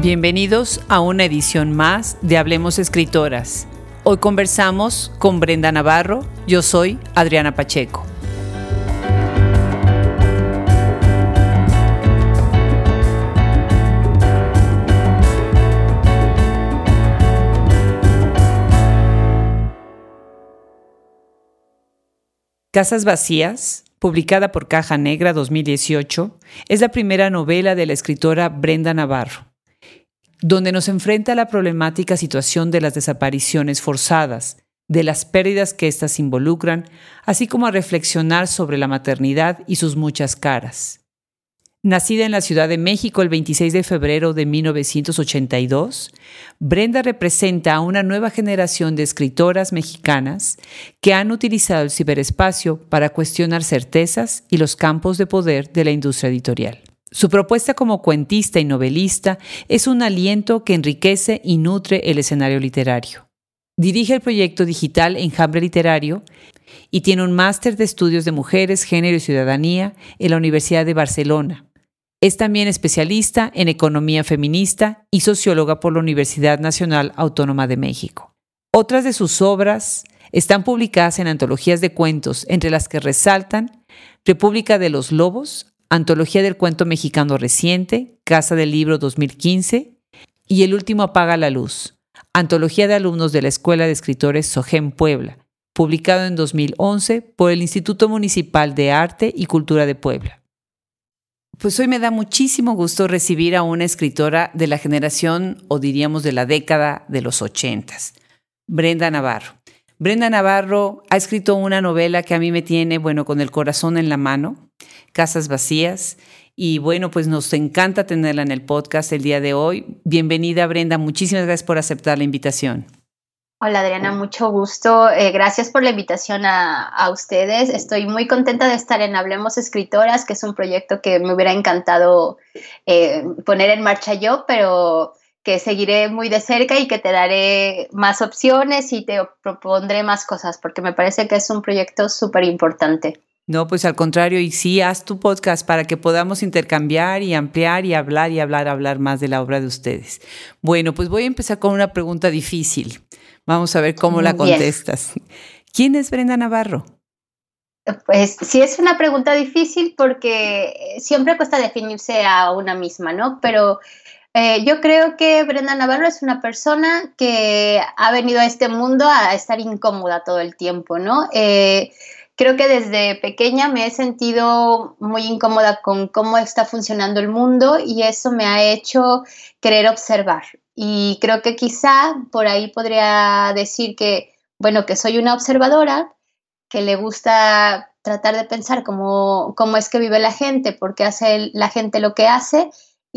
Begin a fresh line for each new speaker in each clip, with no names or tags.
Bienvenidos a una edición más de Hablemos Escritoras. Hoy conversamos con Brenda Navarro. Yo soy Adriana Pacheco. Casas Vacías, publicada por Caja Negra 2018, es la primera novela de la escritora Brenda Navarro, donde nos enfrenta a la problemática situación de las desapariciones forzadas, de las pérdidas que éstas involucran, así como a reflexionar sobre la maternidad y sus muchas caras. Nacida en la Ciudad de México el 26 de febrero de 1982, Brenda representa a una nueva generación de escritoras mexicanas que han utilizado el ciberespacio para cuestionar certezas y los campos de poder de la industria editorial. Su propuesta como cuentista y novelista es un aliento que enriquece y nutre el escenario literario. Dirige el proyecto digital Enjambre Literario y tiene un máster de estudios de mujeres, género y ciudadanía en la Universidad de Barcelona. Es también especialista en economía feminista y socióloga por la Universidad Nacional Autónoma de México. Otras de sus obras están publicadas en antologías de cuentos, entre las que resaltan República de los Lobos, Antología del Cuento Mexicano Reciente, Casa del Libro 2015, y El Último Apaga la Luz, Antología de alumnos de la Escuela de Escritores SOGEM Puebla, publicado en 2011 por el Instituto Municipal de Arte y Cultura de Puebla. Pues hoy me da muchísimo gusto recibir a una escritora de la generación, o diríamos de la década de los 80s, Brenda Navarro. Brenda Navarro ha escrito una novela que a mí me tiene, con el corazón en la mano, Casas Vacías, y pues nos encanta tenerla en el podcast el día de hoy. Bienvenida, Brenda, muchísimas gracias por aceptar la invitación.
Hola, Adriana, mucho gusto. Gracias por la invitación a ustedes. Estoy muy contenta de estar en Hablemos Escritoras, que es un proyecto que me hubiera encantado poner en marcha yo, pero que seguiré muy de cerca y que te daré más opciones y te propondré más cosas, porque me parece que es un proyecto súper importante.
No, pues al contrario, y sí, haz tu podcast para que podamos intercambiar y ampliar y hablar más de la obra de ustedes. Bueno, pues voy a empezar con una pregunta difícil. Vamos a ver cómo la contestas. ¿Quién es Brenda Navarro?
Pues sí, es una pregunta difícil porque siempre cuesta definirse a una misma, ¿no? Pero yo creo que Brenda Navarro es una persona que ha venido a este mundo a estar incómoda todo el tiempo, ¿no? Creo que desde pequeña me he sentido muy incómoda con cómo está funcionando el mundo y eso me ha hecho querer observar. Y creo que quizá por ahí podría decir que soy una observadora, que le gusta tratar de pensar cómo es que vive la gente, por qué hace la gente lo que hace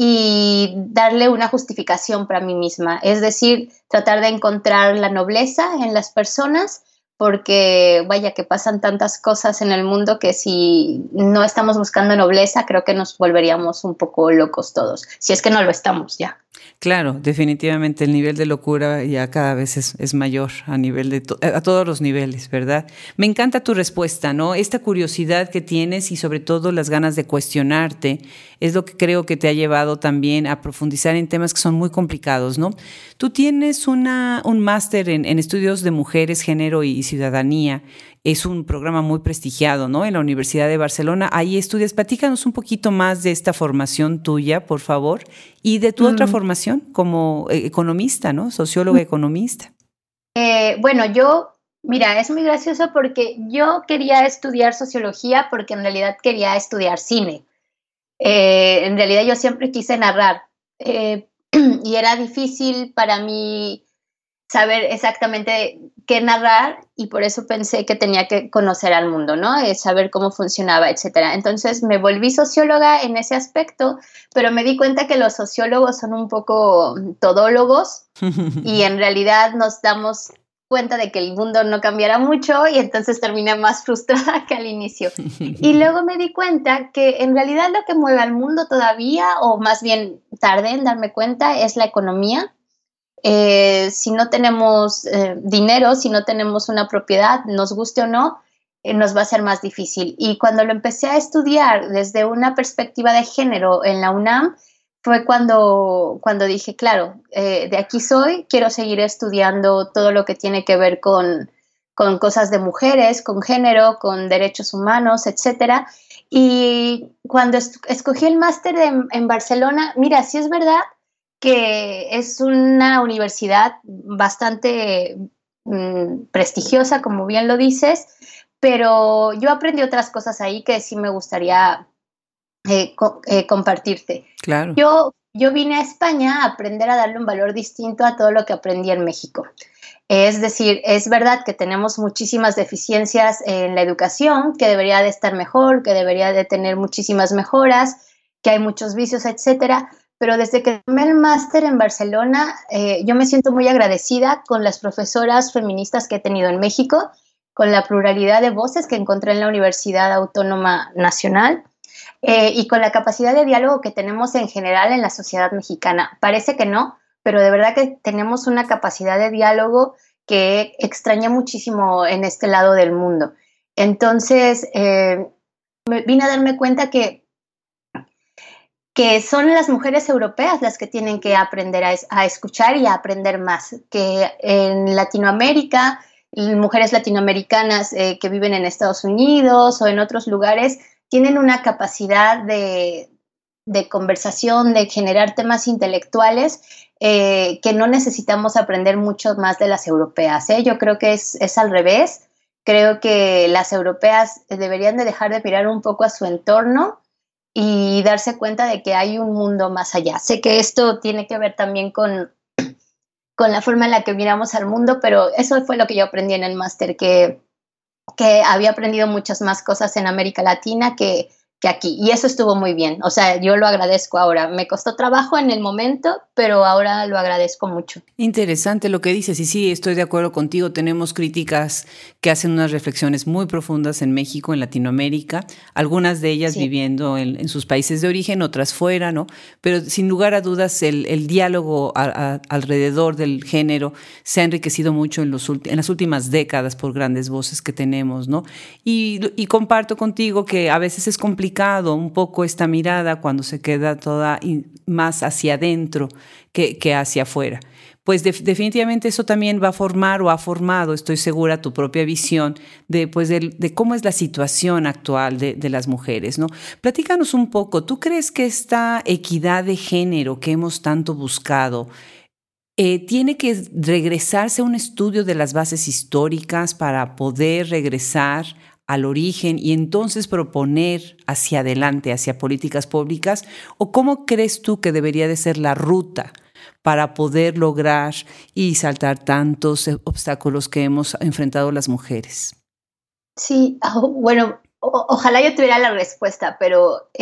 y darle una justificación para mí misma. Es decir, tratar de encontrar la nobleza en las personas, porque que pasan tantas cosas en el mundo que si no estamos buscando nobleza, creo que nos volveríamos un poco locos todos, si es que no lo estamos ya.
Claro, definitivamente el nivel de locura ya cada vez es mayor a nivel de a todos los niveles, ¿verdad? Me encanta tu respuesta, ¿no? Esta curiosidad que tienes y sobre todo las ganas de cuestionarte es lo que creo que te ha llevado también a profundizar en temas que son muy complicados, ¿no? Tú tienes un máster en estudios de mujeres, género y ciudadanía. Es un programa muy prestigiado, ¿no? En la Universidad de Barcelona. Ahí estudias. Platícanos un poquito más de esta formación tuya, por favor, y de tu otra formación como economista, ¿no? Socióloga economista.
Mira, es muy gracioso porque yo quería estudiar sociología porque en realidad quería estudiar cine. En realidad yo siempre quise narrar y era difícil para mí saber exactamente qué narrar y por eso pensé que tenía que conocer al mundo, ¿no? Saber cómo funcionaba, etcétera. Entonces me volví socióloga en ese aspecto, pero me di cuenta que los sociólogos son un poco todólogos y en realidad nos damos cuenta de que el mundo no cambiará mucho y entonces terminé más frustrada que al inicio. Y luego me di cuenta que en realidad lo que mueve al mundo todavía, o más bien tardé en darme cuenta, es la economía. Si no tenemos dinero, si no tenemos una propiedad, nos guste o no, nos va a ser más difícil. Y cuando lo empecé a estudiar desde una perspectiva de género en la UNAM, fue cuando dije, claro, de aquí soy, quiero seguir estudiando todo lo que tiene que ver con cosas de mujeres, con género, con derechos humanos, etcétera. Y cuando escogí el máster en Barcelona, mira, sí es verdad que es una universidad bastante prestigiosa, como bien lo dices, pero yo aprendí otras cosas ahí que sí me gustaría compartirte.
Claro.
Yo vine a España a aprender a darle un valor distinto a todo lo que aprendí en México. Es decir, es verdad que tenemos muchísimas deficiencias en la educación, que debería de estar mejor, que debería de tener muchísimas mejoras, que hay muchos vicios, etcétera. Pero desde que tomé el máster en Barcelona, yo me siento muy agradecida con las profesoras feministas que he tenido en México, con la pluralidad de voces que encontré en la Universidad Autónoma Nacional y con la capacidad de diálogo que tenemos en general en la sociedad mexicana. Parece que no, pero de verdad que tenemos una capacidad de diálogo que extraña muchísimo en este lado del mundo. Entonces, vine a darme cuenta que son las mujeres europeas las que tienen que aprender a escuchar y a aprender más, que en Latinoamérica, mujeres latinoamericanas que viven en Estados Unidos o en otros lugares, tienen una capacidad de conversación, de generar temas intelectuales que no necesitamos aprender mucho más de las europeas. Yo creo que es al revés. Creo que las europeas deberían de dejar de mirar un poco a su entorno y darse cuenta de que hay un mundo más allá. Sé que esto tiene que ver también con la forma en la que miramos al mundo, pero eso fue lo que yo aprendí en el máster, que había aprendido muchas más cosas en América Latina que aquí. Y eso estuvo muy bien. O sea, yo lo agradezco ahora. Me costó trabajo en el momento, pero ahora lo agradezco mucho.
Interesante lo que dices, y sí, estoy de acuerdo contigo. Tenemos críticas que hacen unas reflexiones muy profundas en México, en Latinoamérica, algunas de ellas
Sí.
viviendo en sus países de origen, otras fuera, ¿no? Pero sin lugar a dudas, el diálogo alrededor del género se ha enriquecido mucho en las últimas décadas por grandes voces que tenemos, ¿no? Y comparto contigo que a veces es complicado un poco esta mirada cuando se queda toda más hacia adentro que hacia afuera. Pues definitivamente eso también va a formar o ha formado, estoy segura, tu propia visión de cómo es la situación actual de las mujeres, ¿no? Platícanos un poco, ¿tú crees que esta equidad de género que hemos tanto buscado tiene que regresarse a un estudio de las bases históricas para poder regresar al origen y entonces proponer hacia adelante, hacia políticas públicas? ¿O cómo crees tú que debería de ser la ruta para poder lograr y saltar tantos obstáculos que hemos enfrentado las mujeres?
Sí, bueno, ojalá yo tuviera la respuesta, pero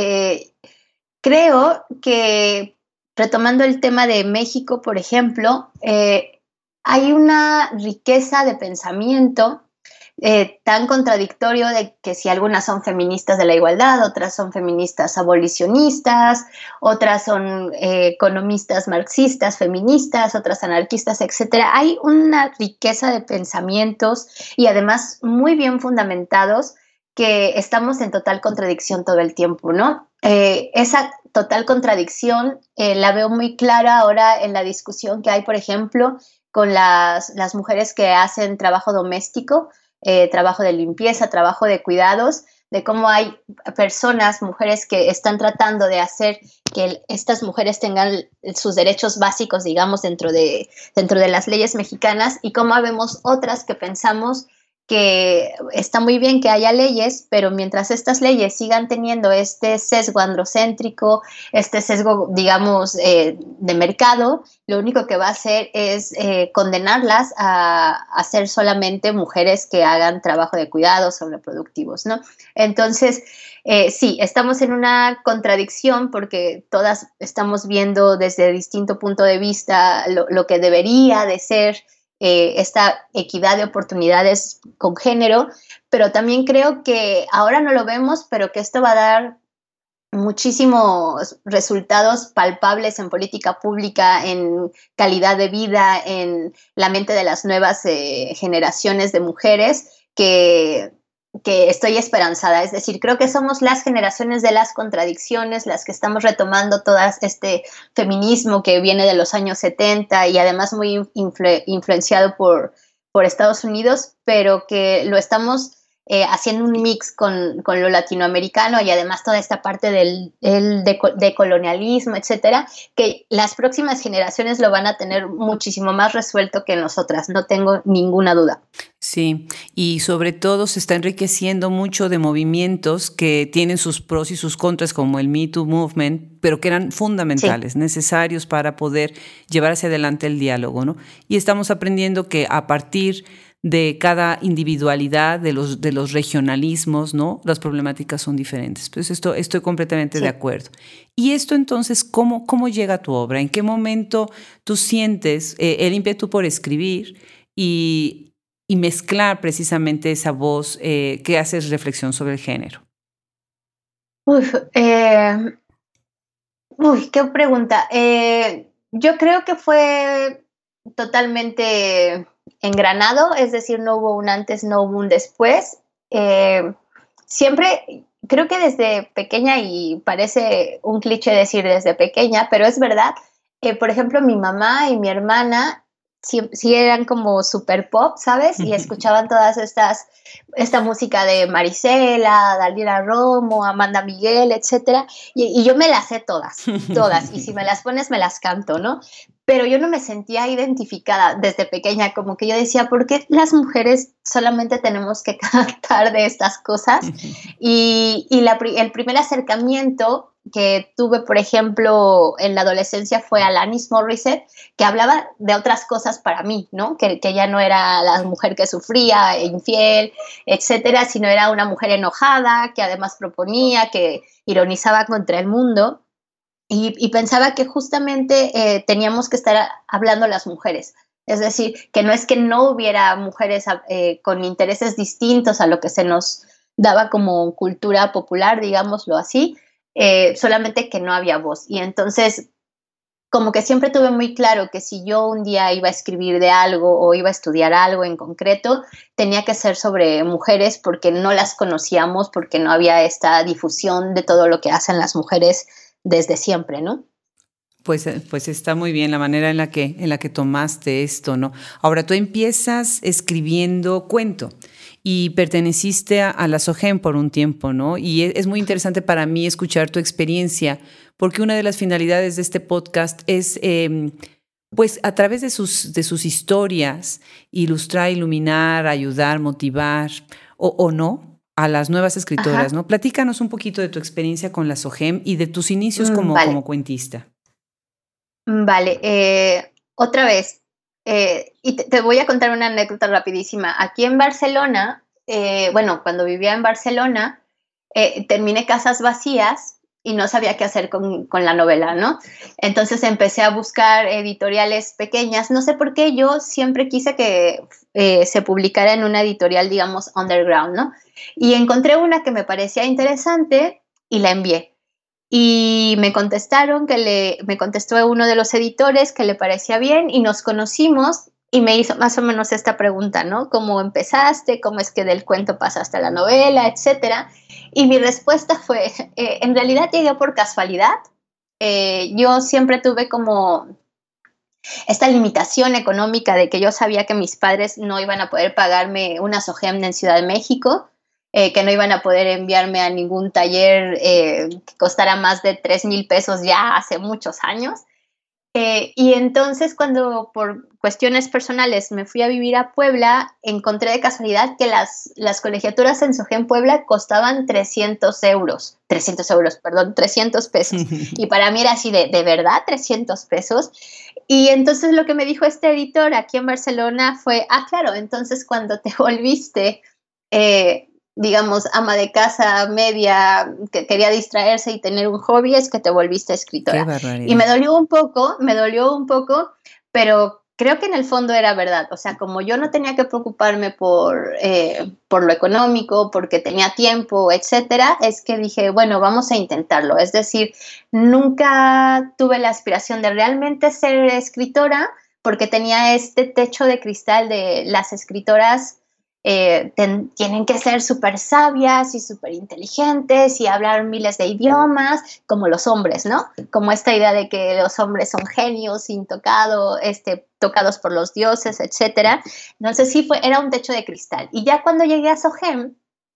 creo que retomando el tema de México, por ejemplo, hay una riqueza de pensamiento tan contradictorio de que si algunas son feministas de la igualdad, otras son feministas abolicionistas, otras son economistas marxistas, feministas, otras anarquistas, etcétera. Hay una riqueza de pensamientos y además muy bien fundamentados que estamos en total contradicción todo el tiempo, ¿no? Esa total contradicción la veo muy clara ahora en la discusión que hay, por ejemplo, con las mujeres que hacen trabajo doméstico, trabajo de limpieza, trabajo de cuidados, de cómo hay personas, mujeres que están tratando de hacer que estas mujeres tengan sus derechos básicos, digamos, dentro de las leyes mexicanas, y cómo vemos otras que pensamos que está muy bien que haya leyes, pero mientras estas leyes sigan teniendo este sesgo androcéntrico, este sesgo, digamos, de mercado, lo único que va a hacer es condenarlas a ser solamente mujeres que hagan trabajo de cuidados o reproductivos, ¿no? Entonces, sí, estamos en una contradicción porque todas estamos viendo desde distinto punto de vista lo que debería de ser esta equidad de oportunidades con género, pero también creo que ahora no lo vemos, pero que esto va a dar muchísimos resultados palpables en política pública, en calidad de vida, en la mente de las nuevas generaciones de mujeres que estoy esperanzada. Es decir, creo que somos las generaciones de las contradicciones, las que estamos retomando todo este feminismo que viene de los años 70 y además muy influenciado por Estados Unidos, pero que lo estamos haciendo un mix con lo latinoamericano y además toda esta parte del decolonialismo, etcétera, que las próximas generaciones lo van a tener muchísimo más resuelto que nosotras, no tengo ninguna duda.
Sí, y sobre todo se está enriqueciendo mucho de movimientos que tienen sus pros y sus contras, como el Me Too Movement, pero que eran fundamentales, sí, necesarios para poder llevar hacia adelante el diálogo, ¿no? Y estamos aprendiendo que a partir de cada individualidad, de los regionalismos, ¿no? Las problemáticas son diferentes. Pues estoy completamente de acuerdo. Y esto entonces, ¿cómo llega a tu obra? ¿En qué momento tú sientes el ímpetu por escribir y mezclar precisamente esa voz que hace reflexión sobre el género?
Qué pregunta. Yo creo que fue totalmente engranado, es decir, no hubo un antes, no hubo un después. Siempre, creo que desde pequeña, y parece un cliché decir desde pequeña, pero es verdad, por ejemplo, mi mamá y mi hermana sí eran como super pop, ¿sabes? Y escuchaban esta música de Marisela, Dalila Romo, Amanda Miguel, etcétera, y yo me las sé todas, y si me las pones me las canto, ¿no? Pero yo no me sentía identificada desde pequeña, como que yo decía, ¿por qué las mujeres solamente tenemos que cantar de estas cosas? Y el primer acercamiento que tuve, por ejemplo, en la adolescencia fue Alanis Morissette, que hablaba de otras cosas para mí, ¿no? Que ya no era la mujer que sufría, infiel, etcétera, sino era una mujer enojada, que además proponía, que ironizaba contra el mundo. Y pensaba que justamente teníamos que estar hablando las mujeres. Es decir, que no es que no hubiera mujeres con intereses distintos a lo que se nos daba como cultura popular, digámoslo así, solamente que no había voz. Y entonces, como que siempre tuve muy claro que si yo un día iba a escribir de algo o iba a estudiar algo en concreto, tenía que ser sobre mujeres porque no las conocíamos, porque no había esta difusión de todo lo que hacen las mujeres desde siempre, ¿no?
Pues está muy bien la manera en la que tomaste esto, ¿no? Ahora, tú empiezas escribiendo cuento y perteneciste a la SOGEM por un tiempo, ¿no? Y es muy interesante para mí escuchar tu experiencia, porque una de las finalidades de este podcast es, pues, a través de sus historias, ilustrar, iluminar, ayudar, motivar, o no, a las nuevas escritoras, ajá, ¿no? Platícanos un poquito de tu experiencia con la SOGEM y de tus inicios como cuentista.
Vale, otra vez, y te voy a contar una anécdota rapidísima. Aquí en Barcelona, cuando vivía en Barcelona, terminé Casas Vacías y no sabía qué hacer con la novela, ¿no? Entonces empecé a buscar editoriales pequeñas. No sé por qué yo siempre quise que se publicara en una editorial, digamos, underground, ¿no? Y encontré una que me parecía interesante y la envié. Y me contestaron me contestó uno de los editores que le parecía bien y nos conocimos y me hizo más o menos esta pregunta, ¿no? ¿Cómo empezaste? ¿Cómo es que del cuento pasaste a la novela? Etcétera. Y mi respuesta fue, en realidad llegué por casualidad. Yo siempre tuve como esta limitación económica de que yo sabía que mis padres no iban a poder pagarme una SOGEM en Ciudad de México, que no iban a poder enviarme a ningún taller que costara más de 3,000 pesos ya hace muchos años. Y entonces cuando por cuestiones personales me fui a vivir a Puebla, encontré de casualidad que las colegiaturas en SOGEM Puebla costaban 300 pesos. Y para mí era así de verdad, 300 pesos. Y entonces lo que me dijo este editor aquí en Barcelona fue, claro, entonces cuando te volviste digamos, ama de casa media que quería distraerse y tener un hobby, es que te volviste escritora.
Qué barbaridad.
Y me dolió un poco, pero creo que en el fondo era verdad. O sea, como yo no tenía que preocuparme por lo económico, porque tenía tiempo, etcétera, es que dije, bueno, vamos a intentarlo. Es decir, nunca tuve la aspiración de realmente ser escritora, porque tenía este techo de cristal de las escritoras tienen que ser súper sabias y súper inteligentes y hablar miles de idiomas, como los hombres, ¿no? Como esta idea de que los hombres son genios, tocados por los dioses, etcétera. Entonces sí, era un techo de cristal. Y ya cuando llegué a SOGEM,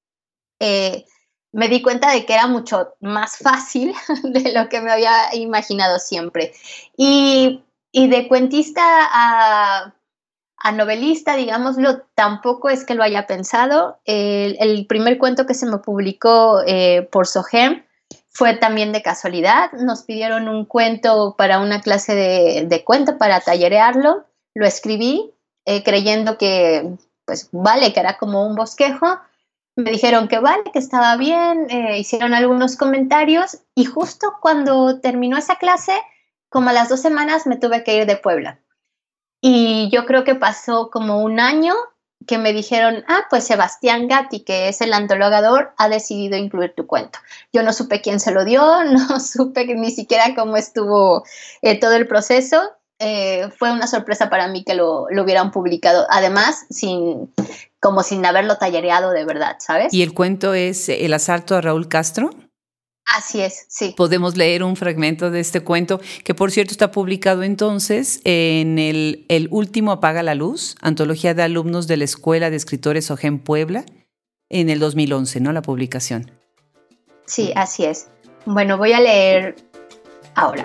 me di cuenta de que era mucho más fácil de lo que me había imaginado siempre. Y de cuentista a novelista, digámoslo, tampoco es que lo haya pensado. El primer cuento que se me publicó por SOGEM fue también de casualidad. Nos pidieron un cuento para una clase de cuento, para tallerearlo. Lo escribí creyendo que, pues, vale, que era como un bosquejo. Me dijeron que vale, que estaba bien, hicieron algunos comentarios y justo cuando terminó esa clase, como a las 2 semanas, me tuve que ir de Puebla. Y yo creo que pasó como un año que me dijeron, pues Sebastián Gatti, que es el antologador, ha decidido incluir tu cuento. Yo no supe quién se lo dio, no supe ni siquiera cómo estuvo todo el proceso. Fue una sorpresa para mí que lo hubieran publicado, además como sin haberlo tallereado de verdad, ¿sabes?
¿Y el cuento es El asalto a Raúl Castro?
Así es, sí.
Podemos leer un fragmento de este cuento, que por cierto está publicado entonces en el último Apaga la Luz, antología de alumnos de la Escuela de Escritores SOGEM Puebla, en el 2011, ¿no? La publicación.
Sí, así es. Bueno, voy a leer ahora.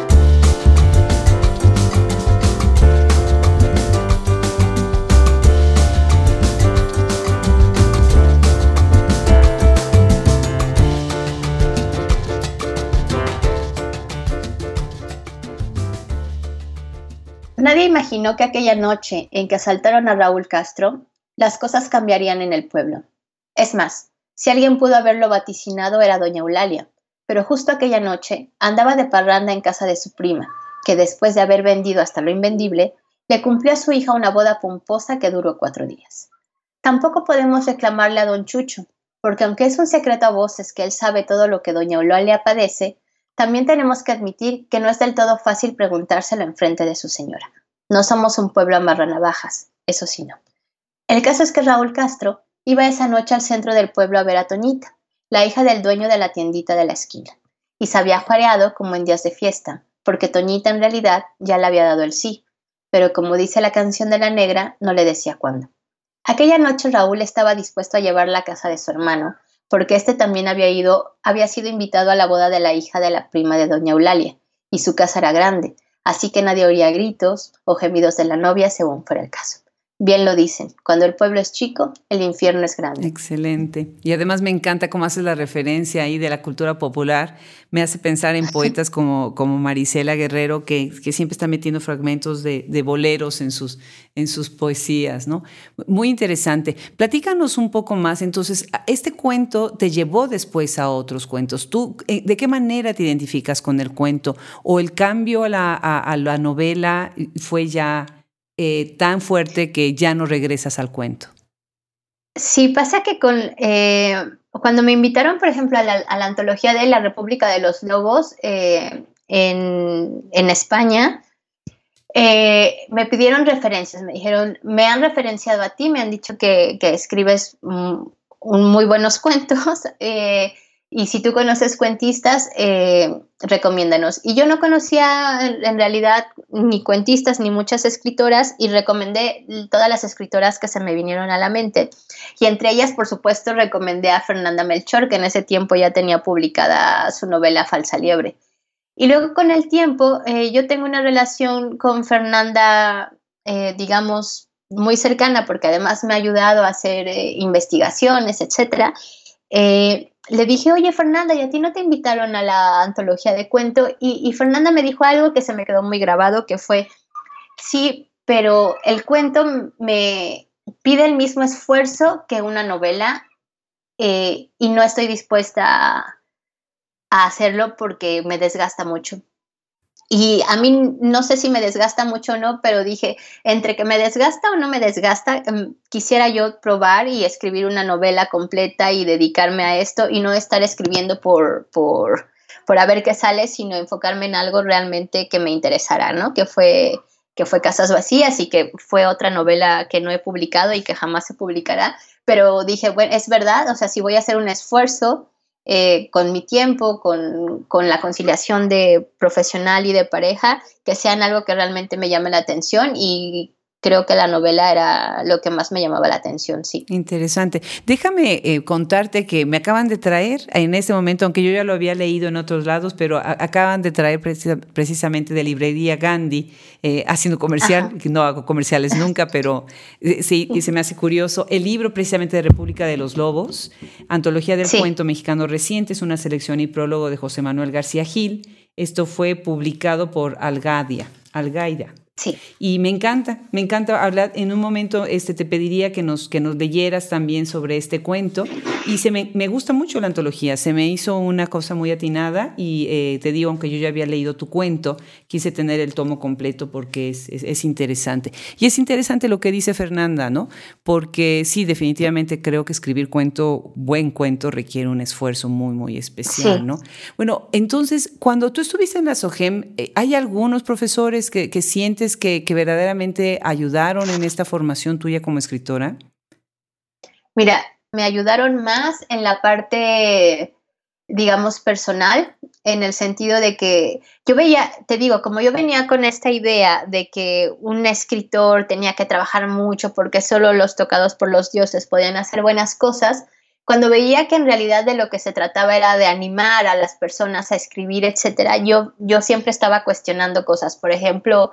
Nadie imaginó que aquella noche en que asaltaron a Raúl Castro, las cosas cambiarían en el pueblo. Es más, si alguien pudo haberlo vaticinado era doña Eulalia, pero justo aquella noche andaba de parranda en casa de su prima, que después de haber vendido hasta lo invendible, le cumplió a su hija una boda pomposa que duró 4 días. Tampoco podemos reclamarle a don Chucho, porque aunque es un secreto a voces que él sabe todo lo que doña Eulalia padece, también tenemos que admitir que no es del todo fácil preguntárselo enfrente de su señora. No somos un pueblo amarranavajas, eso sí no. El caso es que Raúl Castro iba esa noche al centro del pueblo a ver a Toñita, la hija del dueño de la tiendita de la esquina, y se había juareado como en días de fiesta, porque Toñita en realidad ya le había dado el sí, pero como dice la canción de la negra, no le decía cuándo. Aquella noche Raúl estaba dispuesto a llevarla a casa de su hermano, porque este también había sido invitado a la boda de la hija de la prima de doña Eulalia, y su casa era grande, así que nadie oía gritos o gemidos de la novia según fuera el caso. Bien lo dicen, cuando el pueblo es chico, el infierno es grande.
Excelente. Y además me encanta cómo haces la referencia ahí de la cultura popular. Me hace pensar en poetas como Marisela Guerrero, que siempre está metiendo fragmentos de boleros en sus poesías, ¿no? Muy interesante. Platícanos un poco más. Entonces, este cuento te llevó después a otros cuentos. ¿Tú de qué manera te identificas con el cuento? ¿O el cambio a la novela fue ya tan fuerte que ya no regresas al cuento?
Sí, pasa que cuando me invitaron, por ejemplo, a la antología de La República de los Lobos en España, me pidieron referencias, me dijeron, me han referenciado a ti, me han dicho que escribes muy buenos cuentos, y si tú conoces cuentistas, recomiéndanos. Y yo no conocía en realidad ni cuentistas ni muchas escritoras y recomendé todas las escritoras que se me vinieron a la mente. Y entre ellas, por supuesto, recomendé a Fernanda Melchor, que en ese tiempo ya tenía publicada su novela Falsa Liebre. Y luego con el tiempo, yo tengo una relación con Fernanda, digamos, muy cercana, porque además me ha ayudado a hacer investigaciones, etcétera. Le dije, oye Fernanda, ¿y a ti no te invitaron a la antología de cuento? Y Fernanda me dijo algo que se me quedó muy grabado, que fue, sí, pero el cuento me pide el mismo esfuerzo que una novela, y no estoy dispuesta a hacerlo porque me desgasta mucho. Y a mí no sé si me desgasta mucho o no, pero dije, entre que me desgasta o no me desgasta, quisiera yo probar y escribir una novela completa y dedicarme a esto y no estar escribiendo por a ver qué sale, sino enfocarme en algo realmente que me interesara, ¿no? Que fue que fue Casas Vacías y que fue otra novela que no he publicado y que jamás se publicará, pero dije, bueno, es verdad, o sea, si voy a hacer un esfuerzo con mi tiempo, con la conciliación de profesional y de pareja, que sean algo que realmente me llame la atención, y creo que la novela era lo que más me llamaba la atención, sí.
Interesante. Déjame contarte que me acaban de traer en este momento, aunque yo ya lo había leído en otros lados, pero acaban de traer precisamente de Librería Gandhi, haciendo comercial, que no hago comerciales nunca, pero sí, y se me hace curioso, el libro precisamente de República de los Lobos, Antología del Cuento Mexicano Reciente, es una selección y prólogo de José Manuel García Gil. Esto fue publicado por Algaida.
Sí.
Y me encanta hablar. En un momento te pediría que nos leyeras también sobre este cuento, y me gusta mucho la antología, se me hizo una cosa muy atinada, y te digo, aunque yo ya había leído tu cuento, quise tener el tomo completo porque es interesante. Y es interesante lo que dice Fernanda, ¿no? Porque sí, definitivamente creo que escribir buen cuento requiere un esfuerzo muy, muy especial, ¿no? Bueno, entonces, cuando tú estuviste en la SOGEM, ¿hay algunos profesores que sientes que verdaderamente ayudaron en esta formación tuya como escritora?
Mira, me ayudaron más en la parte, digamos, personal, en el sentido de que yo veía, te digo, como yo venía con esta idea de que un escritor tenía que trabajar mucho porque solo los tocados por los dioses podían hacer buenas cosas, cuando veía que en realidad de lo que se trataba era de animar a las personas a escribir, etcétera, yo siempre estaba cuestionando cosas. Por ejemplo,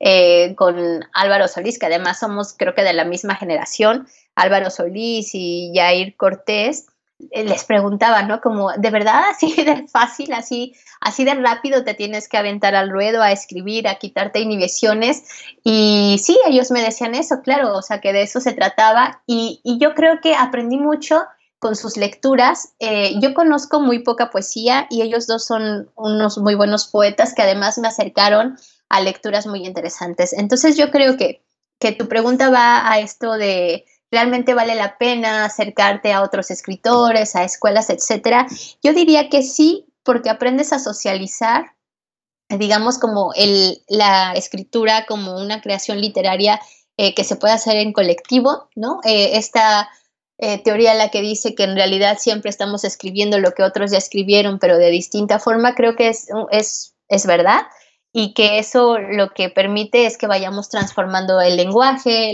con Álvaro Solís, que además somos, creo que de la misma generación, Álvaro Solís y Yair Cortés, les preguntaba, ¿no? Como, ¿de verdad así de fácil, así de rápido te tienes que aventar al ruedo a escribir, a quitarte inhibiciones? Y sí, ellos me decían eso, claro, o sea, que de eso se trataba, y yo creo que aprendí mucho con sus lecturas. Yo conozco muy poca poesía y ellos dos son unos muy buenos poetas que además me acercaron a lecturas muy interesantes. Entonces yo creo que tu pregunta va a esto de ¿realmente vale la pena acercarte a otros escritores, a escuelas, etcétera? Yo diría que sí, porque aprendes a socializar, digamos, como la escritura como una creación literaria que se puede hacer en colectivo, ¿no? Esta teoría la que dice que en realidad siempre estamos escribiendo lo que otros ya escribieron, pero de distinta forma, creo que es verdad, y que eso lo que permite es que vayamos transformando el lenguaje,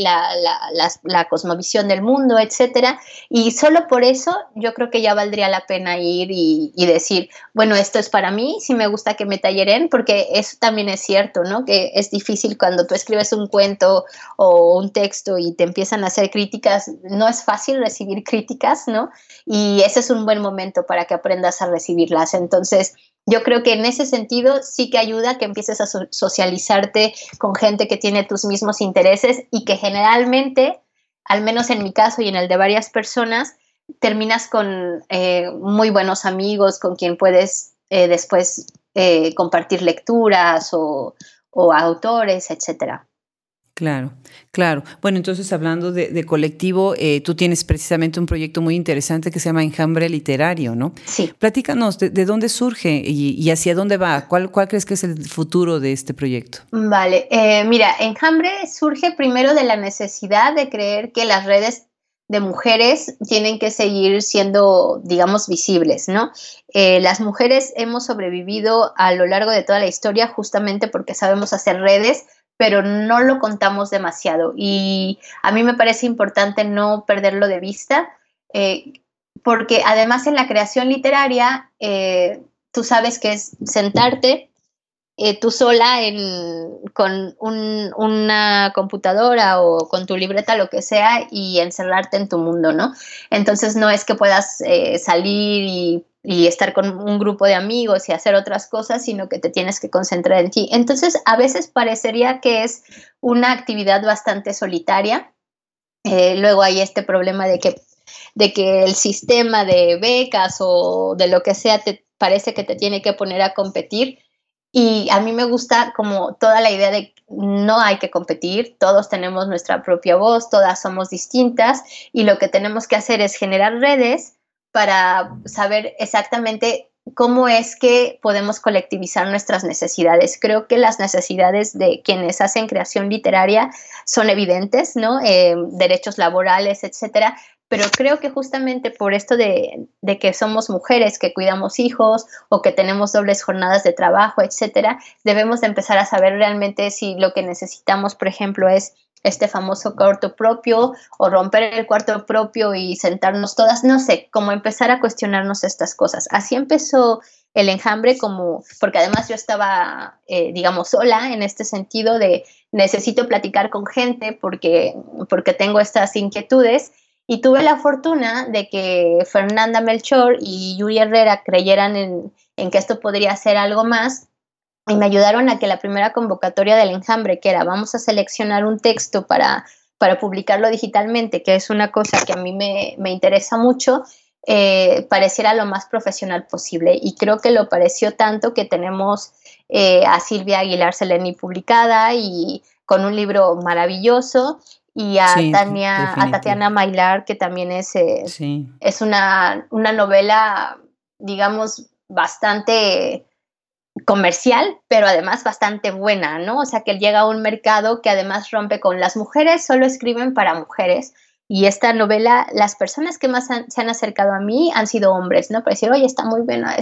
la cosmovisión del mundo, etcétera, y solo por eso yo creo que ya valdría la pena ir y decir, bueno, esto es para mí, si me gusta que me talleren, porque eso también es cierto, ¿no? Que es difícil cuando tú escribes un cuento o un texto y te empiezan a hacer críticas, no es fácil recibir críticas, ¿no? Y ese es un buen momento para que aprendas a recibirlas. Entonces, yo creo que en ese sentido sí que ayuda que empieces a socializarte con gente que tiene tus mismos intereses, y que generalmente, al menos en mi caso y en el de varias personas, terminas con muy buenos amigos con quien puedes después compartir lecturas o autores, etcétera.
Claro, claro. Bueno, entonces hablando de colectivo, tú tienes precisamente un proyecto muy interesante que se llama Enjambre Literario, ¿no?
Sí.
Platícanos de dónde surge y hacia dónde va. ¿Cuál crees que es el futuro de este proyecto?
Vale, mira, Enjambre surge primero de la necesidad de creer que las redes de mujeres tienen que seguir siendo, digamos, visibles, ¿no? Las mujeres hemos sobrevivido a lo largo de toda la historia justamente porque sabemos hacer redes, pero no lo contamos demasiado, y a mí me parece importante no perderlo de vista, porque además en la creación literaria tú sabes que es sentarte tú sola con una computadora o con tu libreta, lo que sea, y encerrarte en tu mundo, ¿no? Entonces no es que puedas salir y estar con un grupo de amigos y hacer otras cosas, sino que te tienes que concentrar en ti. Entonces a veces parecería que es una actividad bastante solitaria. Luego hay este problema de que el sistema de becas o de lo que sea te parece que te tiene que poner a competir. Y a mí me gusta como toda la idea de no hay que competir, todos tenemos nuestra propia voz, todas somos distintas, y lo que tenemos que hacer es generar redes para saber exactamente cómo es que podemos colectivizar nuestras necesidades. Creo que las necesidades de quienes hacen creación literaria son evidentes, ¿no? Derechos laborales, etcétera, pero creo que justamente por esto de que somos mujeres, que cuidamos hijos o que tenemos dobles jornadas de trabajo, etcétera, debemos de empezar a saber realmente si lo que necesitamos, por ejemplo, es este famoso cuarto propio o romper el cuarto propio y sentarnos todas, no sé, como empezar a cuestionarnos estas cosas. Así empezó el enjambre, como, porque además yo estaba, digamos, sola en este sentido de necesito platicar con gente porque tengo estas inquietudes. Y tuve la fortuna de que Fernanda Melchor y Yuri Herrera creyeran en que esto podría ser algo más y me ayudaron a que la primera convocatoria del enjambre, que era vamos a seleccionar un texto para publicarlo digitalmente, que es una cosa que a mí me interesa mucho, pareciera lo más profesional posible. Y creo que lo pareció tanto que tenemos a Silvia Aguilar Seleni publicada y con un libro maravilloso, y a
Sí,
a
definitivo.
Tatiana Mailar, que también
Sí.
es una novela, digamos, bastante comercial, pero además bastante buena, ¿no? O sea, que llega a un mercado que además rompe con las mujeres, solo escriben para mujeres. Y esta novela, las personas que más se han acercado a mí han sido hombres, ¿no? Para decir, oye, está muy buena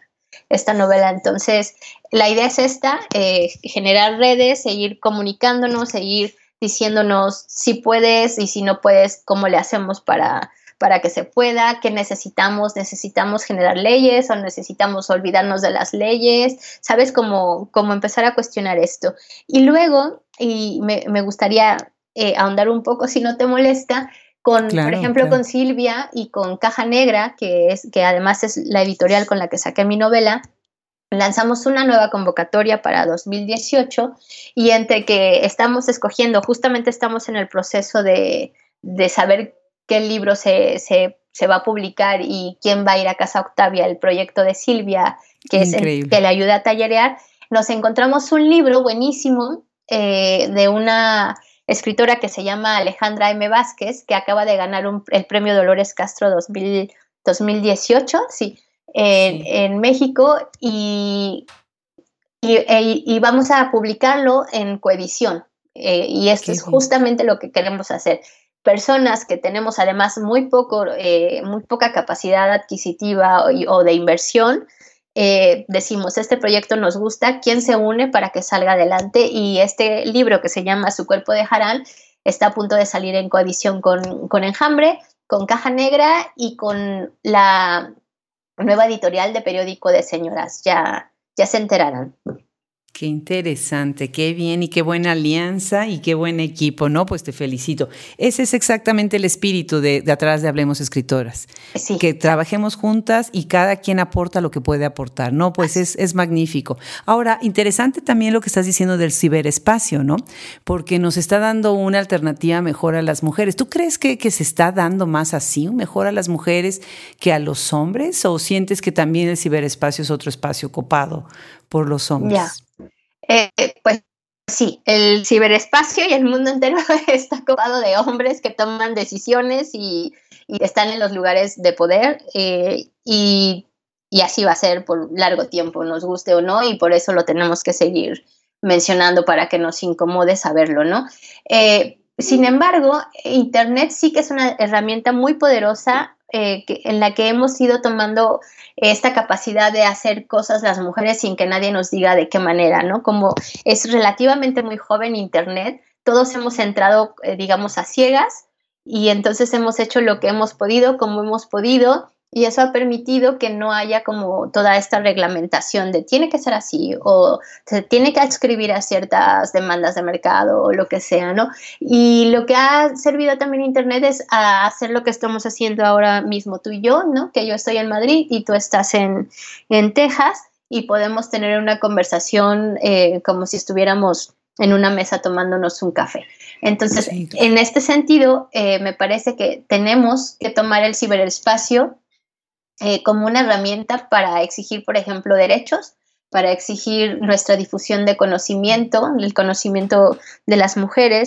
esta novela. Entonces, la idea es esta, generar redes, seguir comunicándonos, seguir diciéndonos si puedes y si no puedes, cómo le hacemos para que se pueda, qué necesitamos generar leyes o necesitamos olvidarnos de las leyes, ¿sabes? Cómo empezar a cuestionar esto. Y luego, y me gustaría ahondar un poco, si no te molesta, por
Claro,
ejemplo,
claro.
con Silvia y con Caja Negra, que además es la editorial con la que saqué mi novela. Lanzamos una nueva convocatoria para 2018 y entre que estamos escogiendo, justamente estamos en el proceso de saber qué libro se va a publicar y quién va a ir a Casa Octavia, el proyecto de Silvia, que es el que
Increíble.
le ayuda a tallerear. Nos encontramos un libro buenísimo de una escritora que se llama Alejandra M. Vázquez, que acaba de ganar el premio Dolores Castro 2018, sí,
Sí.
en México, y vamos a publicarlo en coedición. Y esto
Qué
es
bien.
justamente lo que queremos hacer. Personas que tenemos además muy poca capacidad adquisitiva o de inversión, decimos, este proyecto nos gusta, ¿quién se une para que salga adelante? Y este libro, que se llama Su cuerpo de Harán, está a punto de salir en coedición con Enjambre, con Caja Negra y con la nueva editorial de Periódico de Señoras. Ya se enterarán.
Qué interesante, qué bien y qué buena alianza y qué buen equipo, ¿no? Pues te felicito. Ese es exactamente el espíritu de atrás de Hablemos Escritoras,
Sí,
que
exacto.
trabajemos juntas y cada quien aporta lo que puede aportar, ¿no? Pues
Así.
es magnífico. Ahora, interesante también lo que estás diciendo del ciberespacio, ¿no? Porque nos está dando una alternativa mejor a las mujeres. ¿Tú crees que se está dando más así, mejor a las mujeres que a los hombres? ¿O sientes que también el ciberespacio es otro espacio copado por los
Ya.
hombres?
Pues sí, el ciberespacio y el mundo entero está copado de hombres que toman decisiones y están en los lugares de poder, y así va a ser por largo tiempo, nos guste o no, y por eso lo tenemos que seguir mencionando para que nos incomode saberlo, ¿no? Sin embargo, Internet sí que es una herramienta muy poderosa, en la que hemos ido tomando esta capacidad de hacer cosas las mujeres sin que nadie nos diga de qué manera, ¿no? Como es relativamente muy joven Internet, todos hemos entrado, digamos, a ciegas, y entonces hemos hecho lo que hemos podido, como hemos podido, y eso ha permitido que no haya como toda esta reglamentación de tiene que ser así o se tiene que adscribir a ciertas demandas de mercado o lo que sea, ¿no? Y lo que ha servido también Internet es a hacer lo que estamos haciendo ahora mismo tú y yo, ¿no? Que yo estoy en Madrid y tú estás en Texas, y podemos tener una conversación como si estuviéramos en una mesa tomándonos un café. Entonces,
Sí,
en este sentido, me parece que tenemos que tomar el ciberespacio como una herramienta para exigir, por ejemplo, derechos, para exigir nuestra difusión de conocimiento, el conocimiento de las mujeres,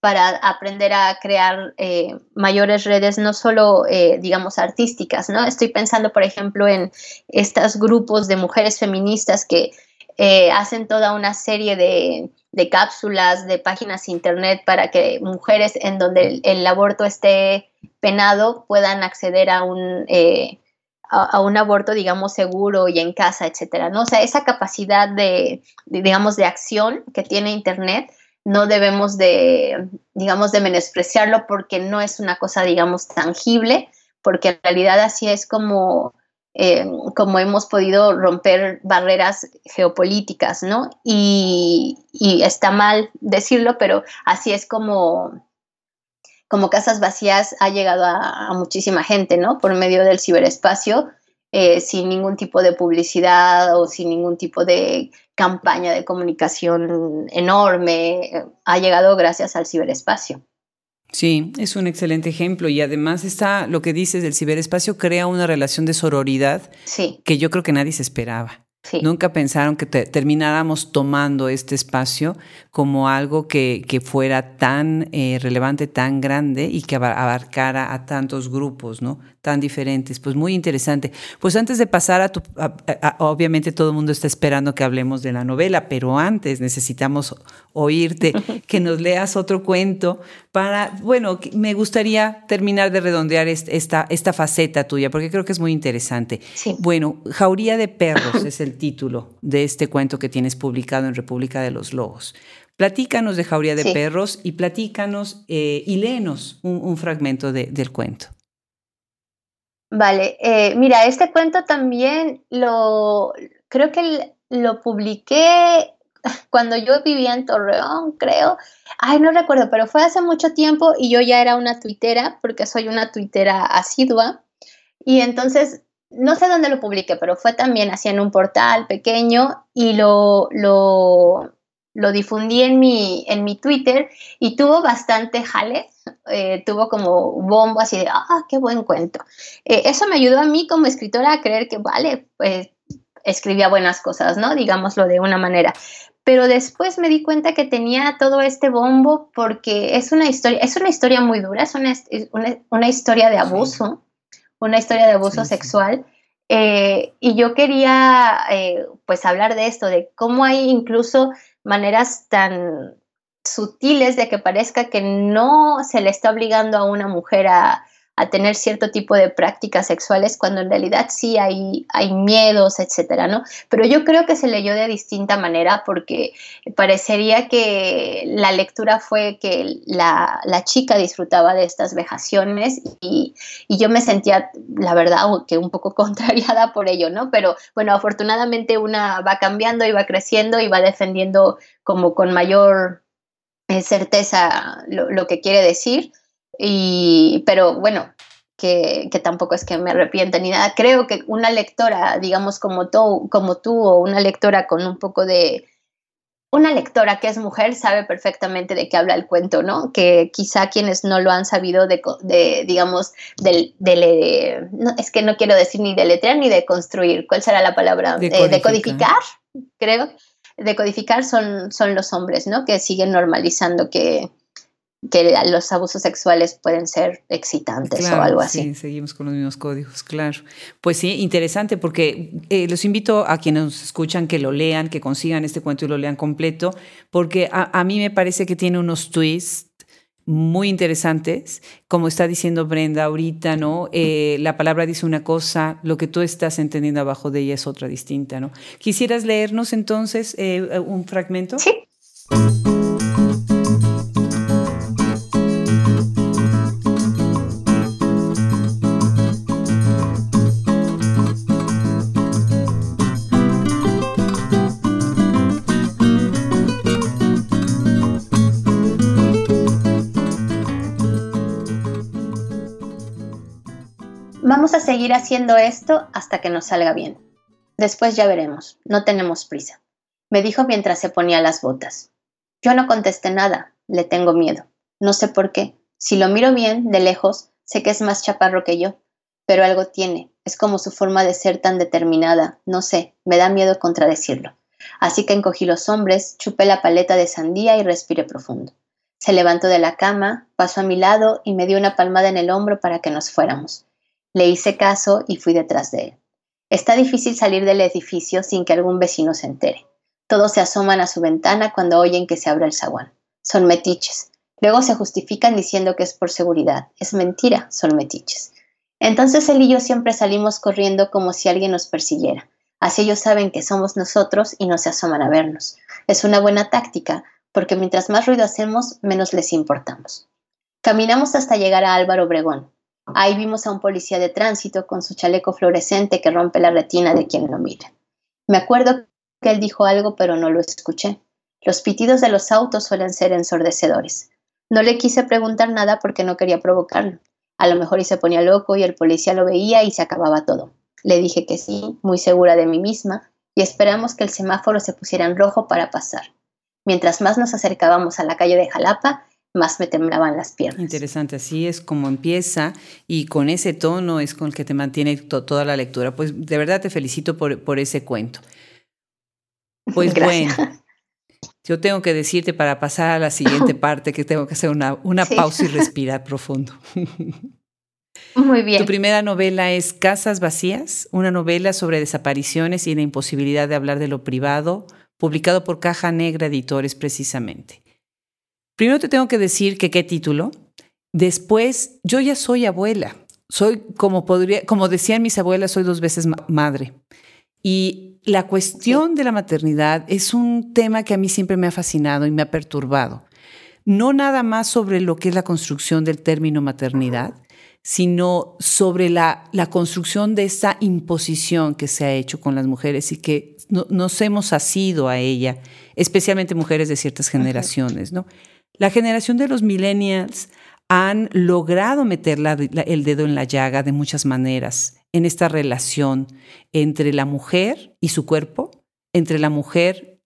para aprender a crear mayores redes, no solo, digamos, artísticas, ¿no? Estoy pensando, por ejemplo, en estos grupos de mujeres feministas que hacen toda una serie de cápsulas, de páginas internet para que mujeres en donde el aborto esté penado puedan acceder a un aborto, digamos, seguro y en casa, etcétera, ¿no? O sea, esa capacidad digamos, de acción que tiene Internet no debemos digamos, de menospreciarlo porque no es una cosa, digamos, tangible, porque en realidad así es como hemos podido romper barreras geopolíticas, ¿no? Y está mal decirlo, pero así es como Casas Vacías ha llegado a muchísima gente, ¿no? Por medio del ciberespacio, sin ningún tipo de publicidad o sin ningún tipo de campaña de comunicación enorme, ha llegado gracias al ciberespacio.
Sí, es un excelente ejemplo y además está lo que dices del ciberespacio crea una relación de sororidad que yo creo que nadie se esperaba. Sí. Nunca pensaron que termináramos tomando este espacio como algo que fuera tan relevante, tan grande y que abarcara a tantos grupos, ¿no? Tan diferentes. Pues muy interesante. Pues antes de pasar obviamente todo el mundo está esperando que hablemos de la novela, pero antes necesitamos oírte, que nos leas otro cuento bueno, me gustaría terminar de redondear esta faceta tuya, porque creo que es muy interesante.
Sí.
Bueno, Jauría de Perros es el título de este cuento que tienes publicado en República de los Lobos. Platícanos de Jauría de Perros y platícanos y léenos un fragmento del cuento.
Vale, mira, este cuento también creo que lo publiqué cuando yo vivía en Torreón, creo. Ay, no recuerdo, pero fue hace mucho tiempo y yo ya era una tuitera, porque soy una tuitera asidua. Y entonces, no sé dónde lo publiqué, pero fue también así en un portal pequeño y lo difundí en mi Twitter y tuvo bastante jale. Tuvo como bombo así de, qué buen cuento. Eso me ayudó a mí como escritora a creer que, vale, pues escribía buenas cosas, ¿no? Digámoslo de una manera. Pero después me di cuenta que tenía todo este bombo porque es una historia muy dura, es una historia de abuso, una historia de abuso sexual. Y yo quería, pues, hablar de esto, de cómo hay incluso maneras tan sutiles de que parezca que no se le está obligando a una mujer a tener cierto tipo de prácticas sexuales cuando en realidad sí hay miedos, etcétera, ¿no? Pero yo creo que se leyó de distinta manera porque parecería que la lectura fue que la chica disfrutaba de estas vejaciones y yo me sentía, la verdad, que un poco contrariada por ello, ¿no? Pero bueno, afortunadamente una va cambiando y va creciendo y va defendiendo como con mayor certeza lo que quiere decir. Pero bueno, que tampoco es que me arrepienta ni nada. Creo que una lectora, digamos, como tú o una lectora con un poco de... Una lectora que es mujer sabe perfectamente de qué habla el cuento, ¿no? Que quizá quienes no lo han sabido digamos, no, es que no quiero decir ni deletrear ni de construir. ¿Cuál será la palabra? Decodificar, creo. Decodificar son los hombres, ¿no? Que siguen normalizando que los abusos sexuales pueden ser excitantes,
claro,
o algo así.
Sí, seguimos con los mismos códigos, claro. Pues sí, interesante porque los invito a quienes nos escuchan que lo lean, que consigan este cuento y lo lean completo, porque a mí me parece que tiene unos twists muy interesantes, como está diciendo Brenda ahorita, ¿no? La palabra dice una cosa, lo que tú estás entendiendo abajo de ella es otra distinta, ¿no? ¿Quisieras leernos entonces un fragmento?
Sí. Vamos a seguir haciendo esto hasta que nos salga bien. Después ya veremos, no tenemos prisa, me dijo mientras se ponía las botas. Yo no contesté nada, le tengo miedo. No sé por qué. Si lo miro bien, de lejos, sé que es más chaparro que yo, pero algo tiene, es como su forma de ser tan determinada, no sé, me da miedo contradecirlo. Así que encogí los hombros, chupé la paleta de sandía y respiré profundo. Se levantó de la cama, pasó a mi lado y me dio una palmada en el hombro para que nos fuéramos. Le hice caso y fui detrás de él. Está difícil salir del edificio sin que algún vecino se entere. Todos se asoman a su ventana cuando oyen que se abre el zaguán. Son metiches. Luego se justifican diciendo que es por seguridad. Es mentira, son metiches. Entonces él y yo siempre salimos corriendo como si alguien nos persiguiera. Así ellos saben que somos nosotros y no se asoman a vernos. Es una buena táctica, porque mientras más ruido hacemos, menos les importamos. Caminamos hasta llegar a Álvaro Obregón. Ahí vimos a un policía de tránsito con su chaleco fluorescente que rompe la retina de quien lo mira. Me acuerdo que él dijo algo, pero no lo escuché. Los pitidos de los autos suelen ser ensordecedores. No le quise preguntar nada porque no quería provocarlo. A lo mejor y se ponía loco y el policía lo veía y se acababa todo. Le dije que sí, muy segura de mí misma, y esperamos que el semáforo se pusiera en rojo para pasar. Mientras más nos acercábamos a la calle de Jalapa, más me temblaban las piernas.
Interesante, así es como empieza y con ese tono es con el que te mantiene toda la lectura. Pues de verdad te felicito por ese cuento. Pues
Gracias.
bueno, yo tengo que decirte para pasar a la siguiente parte que tengo que hacer una
Sí.
pausa y respirar profundo.
Muy bien.
Tu primera novela es Casas Vacías, una novela sobre desapariciones y la imposibilidad de hablar de lo privado, publicado por Caja Negra Editores precisamente. Primero te tengo que decir que qué título. Después, yo ya soy abuela. Soy, como decían mis abuelas, soy 2 veces madre. Y la cuestión de la maternidad es un tema que a mí siempre me ha fascinado y me ha perturbado. No nada más sobre lo que es la construcción del término maternidad, sino sobre la construcción de esa imposición que se ha hecho con las mujeres y que nos hemos asido a ella, especialmente mujeres de ciertas generaciones, ¿no? La generación de los millennials han logrado meter el dedo en la llaga de muchas maneras en esta relación entre la mujer y su cuerpo, entre la mujer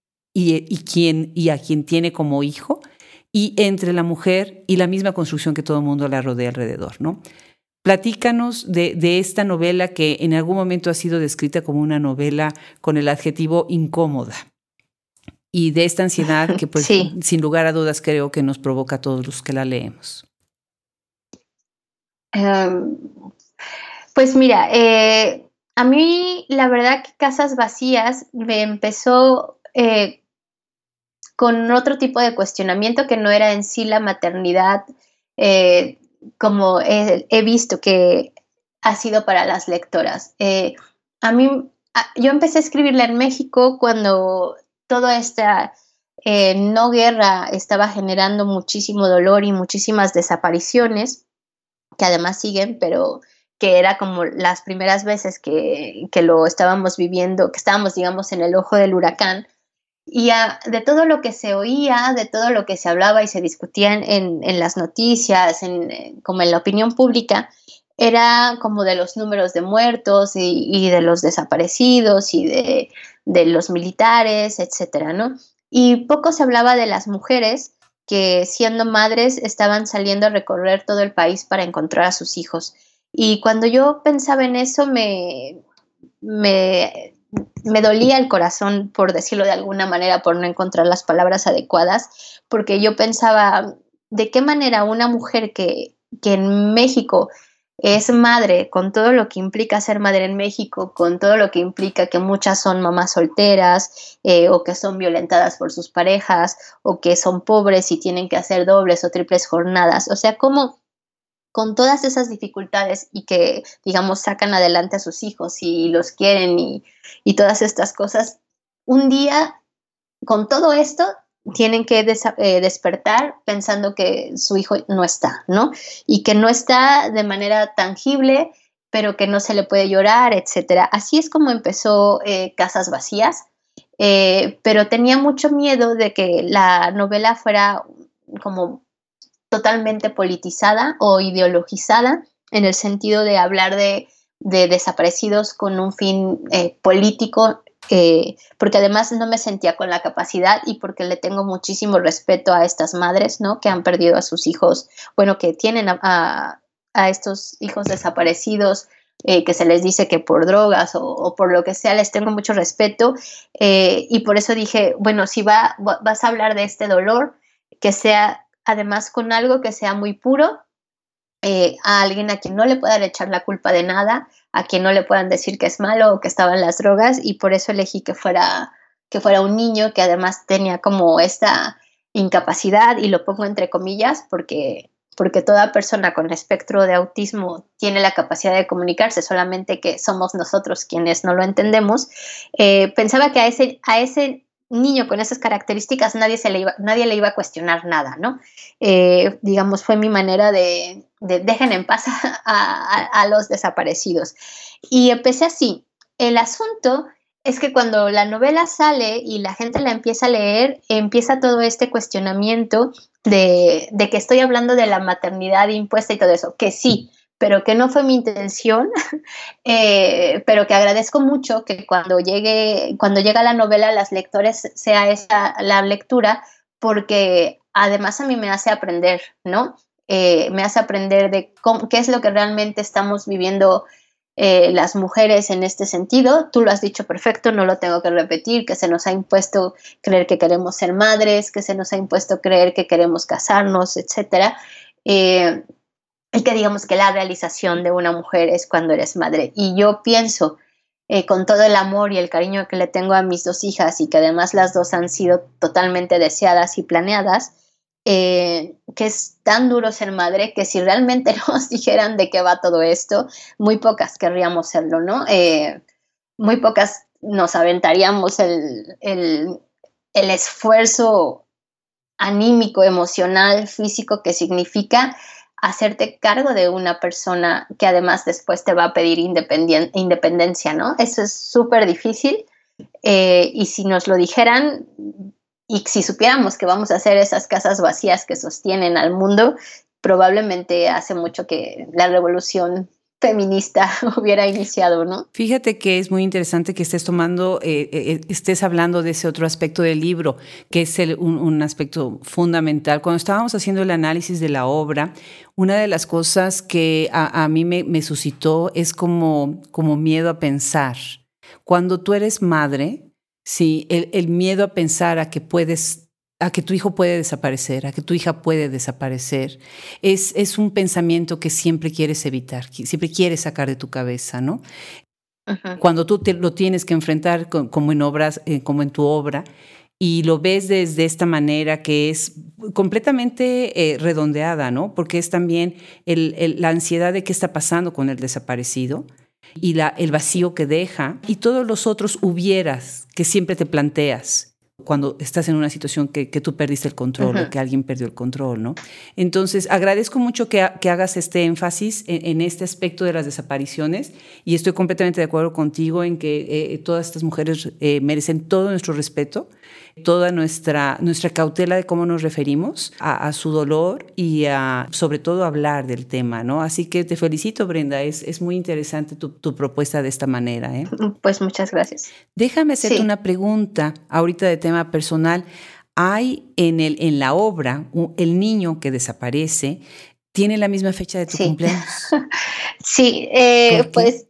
y a quien tiene como hijo, y entre la mujer y la misma construcción que todo el mundo la rodea alrededor, ¿no? Platícanos de esta novela que en algún momento ha sido descrita como una novela con el adjetivo incómoda. Y de esta ansiedad que, pues,
sí.
Sin lugar a dudas, creo que nos provoca a todos los que la leemos.
Pues mira, a mí la verdad que Casas Vacías me empezó con otro tipo de cuestionamiento que no era en sí la maternidad, como he visto que ha sido para las lectoras. Yo empecé a escribirla en México cuando toda esta no guerra estaba generando muchísimo dolor y muchísimas desapariciones, que además siguen, pero que era como las primeras veces que lo estábamos viviendo, que estábamos, digamos, en el ojo del huracán. Y de todo lo que se oía, de todo lo que se hablaba y se discutía en las noticias, como en la opinión pública, era como de los números de muertos y de los desaparecidos y de los militares, etcétera, ¿no? Y poco se hablaba de las mujeres que, siendo madres, estaban saliendo a recorrer todo el país para encontrar a sus hijos. Y cuando yo pensaba en eso, me dolía el corazón, por decirlo de alguna manera, por no encontrar las palabras adecuadas, porque yo pensaba, ¿de qué manera una mujer que en México es madre, con todo lo que implica ser madre en México, con todo lo que implica que muchas son mamás solteras, o que son violentadas por sus parejas, o que son pobres y tienen que hacer dobles o triples jornadas? O sea, ¿cómo con todas esas dificultades y que, digamos, sacan adelante a sus hijos y los quieren y todas estas cosas, un día, con todo esto, tienen que despertar pensando que su hijo no está, ¿no? Y que no está de manera tangible, pero que no se le puede llorar, etcétera. Así es como empezó Casas Vacías, pero tenía mucho miedo de que la novela fuera como totalmente politizada o ideologizada, en el sentido de hablar de desaparecidos con un fin político, porque además no me sentía con la capacidad y porque le tengo muchísimo respeto a estas madres, ¿no?, que han perdido a sus hijos, bueno, que tienen a estos hijos desaparecidos, que se les dice que por drogas o por lo que sea, les tengo mucho respeto, y por eso dije, bueno, si vas a hablar de este dolor, que sea además con algo que sea muy puro, a alguien a quien no le puedan echar la culpa de nada, a quien no le puedan decir que es malo o que estaba en las drogas, y por eso elegí que fuera un niño que además tenía como esta incapacidad, y lo pongo entre comillas porque toda persona con espectro de autismo tiene la capacidad de comunicarse, solamente que somos nosotros quienes no lo entendemos. Pensaba que a ese niño con esas características nadie le iba a cuestionar nada, ¿no? Digamos, fue mi manera de dejen en paz a los desaparecidos. Y empecé así. El asunto es que cuando la novela sale y la gente la empieza a leer, empieza todo este cuestionamiento de que estoy hablando de la maternidad impuesta y todo eso, que sí, pero que no fue mi intención, pero que agradezco mucho que cuando llega la novela a las lectores sea esa la lectura, porque además a mí me hace aprender, ¿no? Me hace aprender de qué es lo que realmente estamos viviendo las mujeres en este sentido. Tú lo has dicho perfecto, no lo tengo que repetir, que se nos ha impuesto creer que queremos ser madres, que se nos ha impuesto creer que queremos casarnos, etcétera. Y que digamos que la realización de una mujer es cuando eres madre. Y yo pienso, con todo el amor y el cariño que le tengo a mis dos hijas, y que además las dos han sido totalmente deseadas y planeadas, que es tan duro ser madre que si realmente nos dijeran de qué va todo esto, muy pocas querríamos serlo, ¿no? Muy pocas nos aventaríamos el esfuerzo anímico, emocional, físico que significa hacerte cargo de una persona que además después te va a pedir independencia, ¿no? Eso es súper difícil, y si nos lo dijeran y si supiéramos que vamos a hacer esas casas vacías que sostienen al mundo, probablemente hace mucho que la revolución feminista hubiera iniciado, ¿no?
Fíjate que es muy interesante que estés hablando de ese otro aspecto del libro, que es un aspecto fundamental. Cuando estábamos haciendo el análisis de la obra, una de las cosas que a mí me suscitó es como miedo a pensar. Cuando tú eres madre, sí, el miedo a pensar a que tu hijo puede desaparecer, a que tu hija puede desaparecer, es un pensamiento que siempre quieres evitar, que siempre quieres sacar de tu cabeza, ¿no?
Uh-huh.
Cuando tú lo tienes que enfrentar como en tu obra, y lo ves desde esta manera que es completamente redondeada, ¿no? Porque es también la ansiedad de qué está pasando con el desaparecido y el vacío que deja, y todos los otros hubieras que siempre te planteas cuando estás en una situación que tú perdiste el control, uh-huh, o que alguien perdió el control, ¿no? Entonces, agradezco mucho que hagas este énfasis en este aspecto de las desapariciones, y estoy completamente de acuerdo contigo en que todas estas mujeres merecen todo nuestro respeto, toda nuestra cautela de cómo nos referimos a su dolor, y sobre todo hablar del tema, ¿no? Así que te felicito, Brenda, es muy interesante tu propuesta de esta manera, ¿eh?
Pues muchas gracias.
Déjame hacerte una pregunta ahorita de tema personal. ¿Hay en la obra el niño que desaparece tiene la misma fecha de tu cumpleaños?
Sí, pues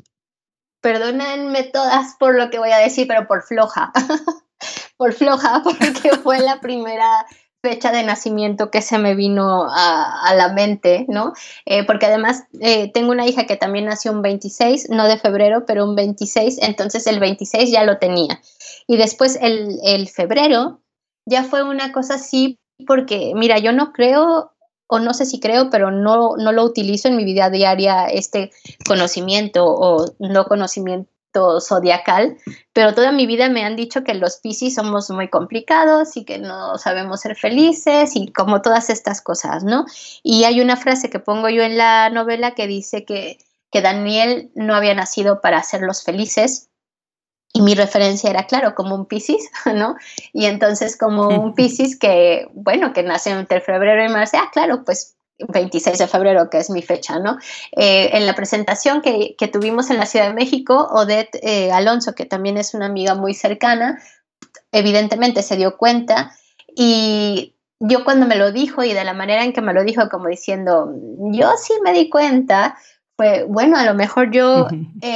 perdónenme todas por lo que voy a decir, pero por floja. Por floja, porque fue la primera fecha de nacimiento que se me vino a la mente, ¿no? Porque además tengo una hija que también nació un 26, no de febrero, pero un 26, entonces el 26 ya lo tenía. Y después el febrero ya fue una cosa así, porque mira, yo no creo, o no sé si creo, pero no lo utilizo en mi vida diaria, este conocimiento o no conocimiento zodiacal, pero toda mi vida me han dicho que los Piscis somos muy complicados y que no sabemos ser felices y como todas estas cosas, ¿no? Y hay una frase que pongo yo en la novela que dice que Daniel no había nacido para hacerlos felices, y mi referencia era, claro, como un Piscis, ¿no? Y entonces como un Piscis que, bueno, que nace entre febrero y marzo, claro, pues 26 de febrero, que es mi fecha, ¿no? En la presentación que tuvimos en la Ciudad de México, Odette Alonso, que también es una amiga muy cercana, evidentemente se dio cuenta, y yo cuando me lo dijo y de la manera en que me lo dijo, como diciendo, yo sí me di cuenta, fue, bueno, a lo mejor yo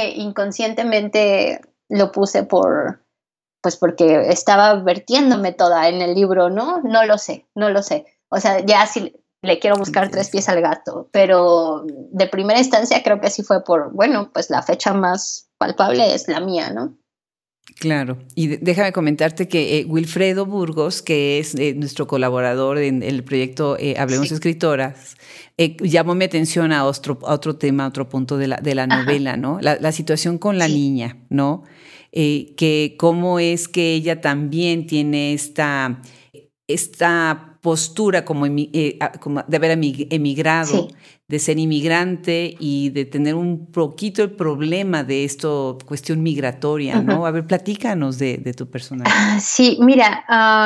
inconscientemente lo puse pues porque estaba vertiéndome toda en el libro, ¿no? No lo sé. O sea, ya sí le quiero buscar tres pies al gato, pero de primera instancia creo que sí fue por, bueno, pues la fecha más palpable es la mía, ¿no?
Claro, y déjame comentarte que Wilfredo Burgos, que es nuestro colaborador en el proyecto Hablemos
Sí.
Escritoras, llamó mi atención a otro tema, a otro punto de la
Ajá.
novela, ¿no? La situación con la
Sí.
niña, ¿no? Que cómo es que ella también tiene esta postura como de haber emigrado,
Sí.
de ser inmigrante y de tener un poquito el problema de esto, cuestión migratoria, ¿no?
Ujú.
A ver, platícanos de tu personaje.
Sí, mira,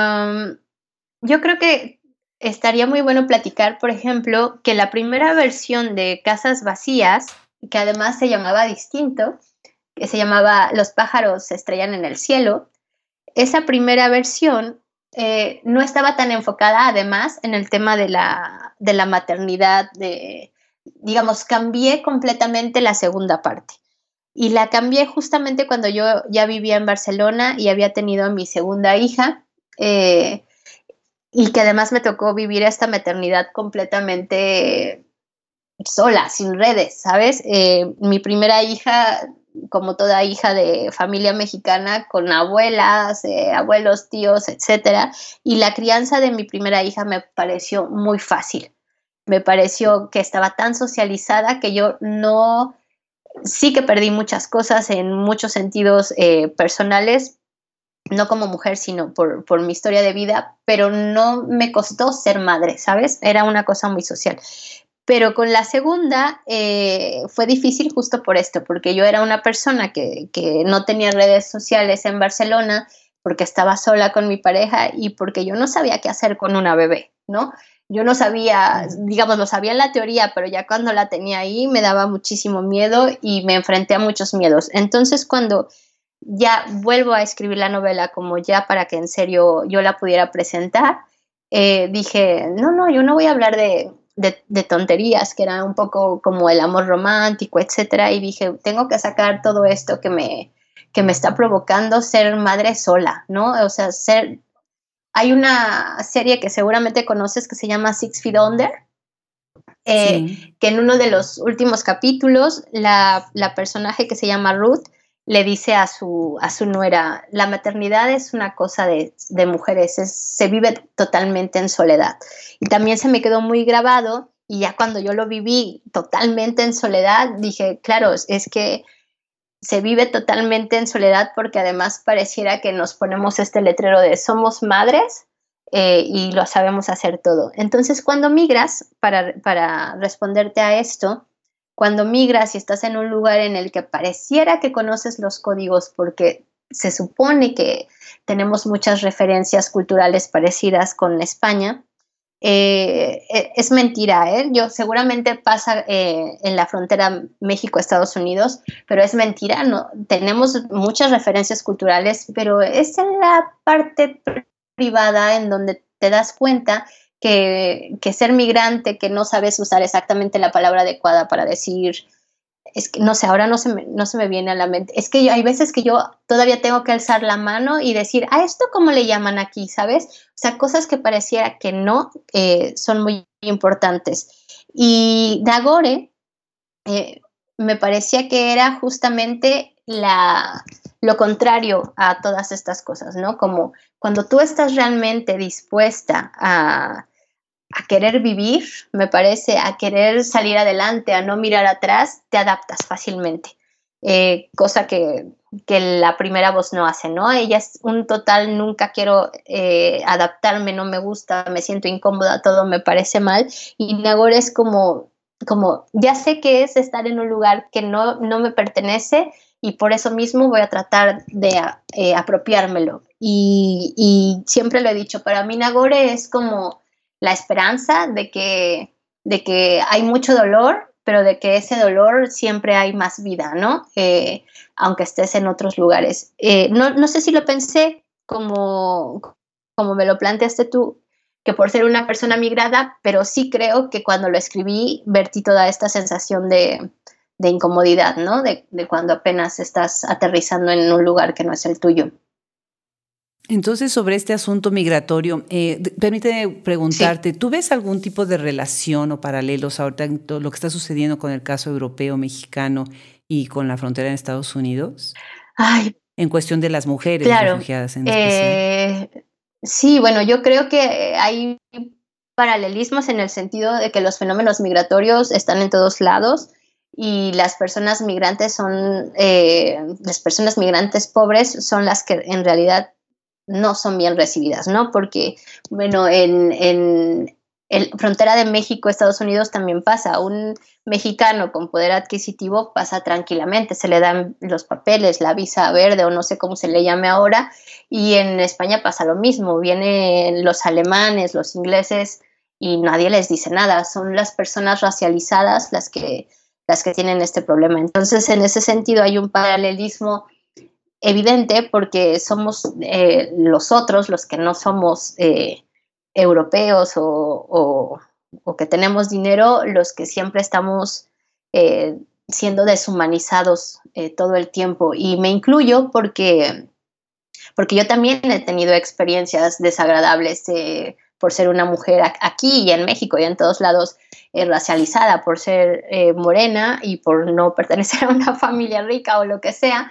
yo creo que estaría muy bueno platicar, por ejemplo, que la primera versión de Casas Vacías, que además se llamaba distinto, que se llamaba Los pájaros se estrellan en el cielo, esa primera versión no estaba tan enfocada además en el tema de la maternidad, digamos, cambié completamente la segunda parte. Y la cambié justamente cuando yo ya vivía en Barcelona y había tenido a mi segunda hija. eh, y que además me tocó vivir esta maternidad completamente sola, sin redes, ¿sabes? Mi primera hija, como toda hija de familia mexicana, con abuelas, abuelos, tíos, etcétera, y la crianza de mi primera hija me pareció muy fácil. Me pareció que estaba tan socializada que yo no, sí que perdí muchas cosas en muchos sentidos personales, no como mujer, sino por mi historia de vida, pero no me costó ser madre, ¿sabes? Era una cosa muy social. Pero con la segunda fue difícil justo por esto, porque yo era una persona que no tenía redes sociales en Barcelona, porque estaba sola con mi pareja y porque yo no sabía qué hacer con una bebé, ¿no? Yo no sabía, digamos, lo sabía en la teoría, pero ya cuando la tenía ahí me daba muchísimo miedo y me enfrenté a muchos miedos. Entonces, cuando ya vuelvo a escribir la novela como ya para que en serio yo la pudiera presentar, dije, no, no, yo no voy a hablar de tonterías, que era un poco como el amor romántico, etcétera, y dije, tengo que sacar todo esto que me está provocando ser madre sola, ¿no? O sea, hay una serie que seguramente conoces que se llama Six Feet Under,
Sí.
que en uno de los últimos capítulos la personaje que se llama Ruth le dice a su nuera, la maternidad es una cosa de mujeres, se vive totalmente en soledad. Y también se me quedó muy grabado y ya cuando yo lo viví totalmente en soledad, dije, claro, es que se vive totalmente en soledad porque además pareciera que nos ponemos este letrero de somos madres y lo sabemos hacer todo. Entonces, cuando migras, para responderte a esto, cuando migras y estás en un lugar en el que pareciera que conoces los códigos porque se supone que tenemos muchas referencias culturales parecidas con España, es mentira, ¿eh? Yo seguramente pasa en la frontera México-Estados Unidos, pero es mentira, no, tenemos muchas referencias culturales, pero es en la parte privada en donde te das cuenta que ser migrante, que no sabes usar exactamente la palabra adecuada para decir es que no sé, ahora no se me viene a la mente. Es que hay veces que yo todavía tengo que alzar la mano y decir, ¿a esto cómo le llaman aquí? ¿Sabes? O sea, cosas que pareciera que no son muy importantes. Y Nagore me parecía que era justamente lo contrario a todas estas cosas, ¿no? Como cuando tú estás realmente dispuesta a querer vivir, me parece, a querer salir adelante, a no mirar atrás, te adaptas fácilmente. Cosa que la primera voz no hace, ¿no? Ella es un total, nunca quiero adaptarme, no me gusta, me siento incómoda, todo me parece mal. Y Nagore es como, ya sé que es estar en un lugar que no me pertenece y por eso mismo voy a tratar de apropiármelo. Y siempre lo he dicho, para mí Nagore es como la esperanza de que hay mucho dolor, pero de que ese dolor siempre hay más vida, ¿no? Aunque estés en otros lugares. No sé si lo pensé como me lo planteaste tú, que por ser una persona migrada, pero sí creo que cuando lo escribí vertí toda esta sensación de incomodidad, ¿no? De cuando apenas estás aterrizando en un lugar que no es el tuyo.
Entonces, sobre este asunto migratorio, permíteme preguntarte,
Sí.
¿tú ves algún tipo de relación o paralelos ahorita en todo lo que está sucediendo con el caso europeo, mexicano y con la frontera en Estados Unidos?
Ay,
En cuestión de las mujeres
claro.
refugiadas en especial.
Sí, bueno, yo creo que hay paralelismos en el sentido de que los fenómenos migratorios están en todos lados y las personas migrantes las personas migrantes pobres son las que en realidad no son bien recibidas, ¿no? Porque, bueno, en frontera de México, Estados Unidos también pasa. Un mexicano con poder adquisitivo pasa tranquilamente, se le dan los papeles, la visa verde o no sé cómo se le llame ahora, y en España pasa lo mismo. Vienen los alemanes, los ingleses y nadie les dice nada. Son las personas racializadas las que tienen este problema. Entonces, en ese sentido, hay un paralelismo evidente porque somos los otros, los que no somos europeos o que tenemos dinero, los que siempre estamos eh, siendo deshumanizados todo el tiempo. Y me incluyo porque yo también he tenido experiencias desagradables por ser una mujer aquí y en México y en todos lados racializada, por ser morena y por no pertenecer a una familia rica o lo que sea.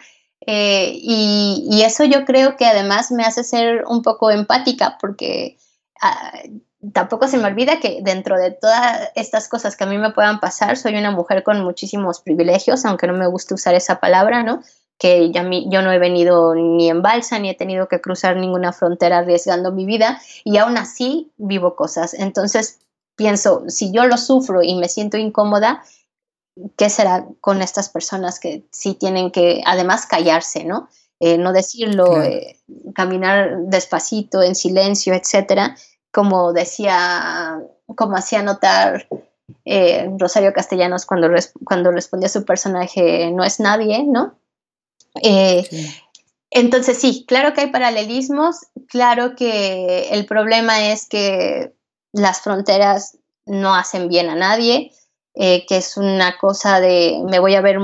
Y eso yo creo que además me hace ser un poco empática porque ah, tampoco se me olvida que dentro de todas estas cosas que a mí me puedan pasar, soy una mujer con muchísimos privilegios, aunque no me guste usar esa palabra, ¿no? Que yo no he venido ni en balsa, ni he tenido que cruzar ninguna frontera arriesgando mi vida, y aún así vivo cosas. Entonces pienso, si yo lo sufro y me siento incómoda, ¿qué será con estas personas que sí tienen que, además, callarse, ¿no? No decirlo,
Claro.
caminar despacito, en silencio, etcétera, como decía, como hacía notar Rosario Castellanos cuando respondía a su personaje No es nadie, ¿no? Eh,
Sí.
entonces sí, claro que hay paralelismos, claro que el problema es que las fronteras no hacen bien a nadie, que es una cosa me voy a ver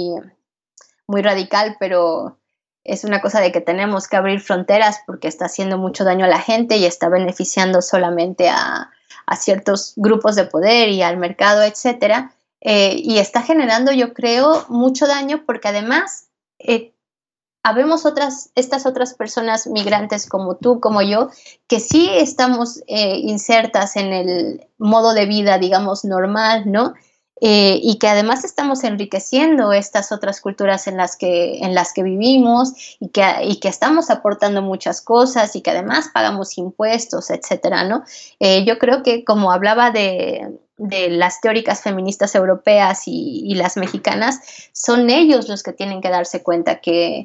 muy radical, pero es una cosa de que tenemos que abrir fronteras porque está haciendo mucho daño a la gente y está beneficiando solamente a ciertos grupos de poder y al mercado, etcétera. Y está generando, yo creo, mucho daño porque además habemos estas otras personas migrantes como tú, como yo, que sí estamos insertas en el modo de vida, digamos, normal, ¿no? Y que además estamos enriqueciendo estas otras culturas en las que vivimos y que estamos aportando muchas cosas y que además pagamos impuestos, etcétera, ¿no? Yo creo que como hablaba de las teóricas feministas europeas y las mexicanas, son ellos los que tienen que darse cuenta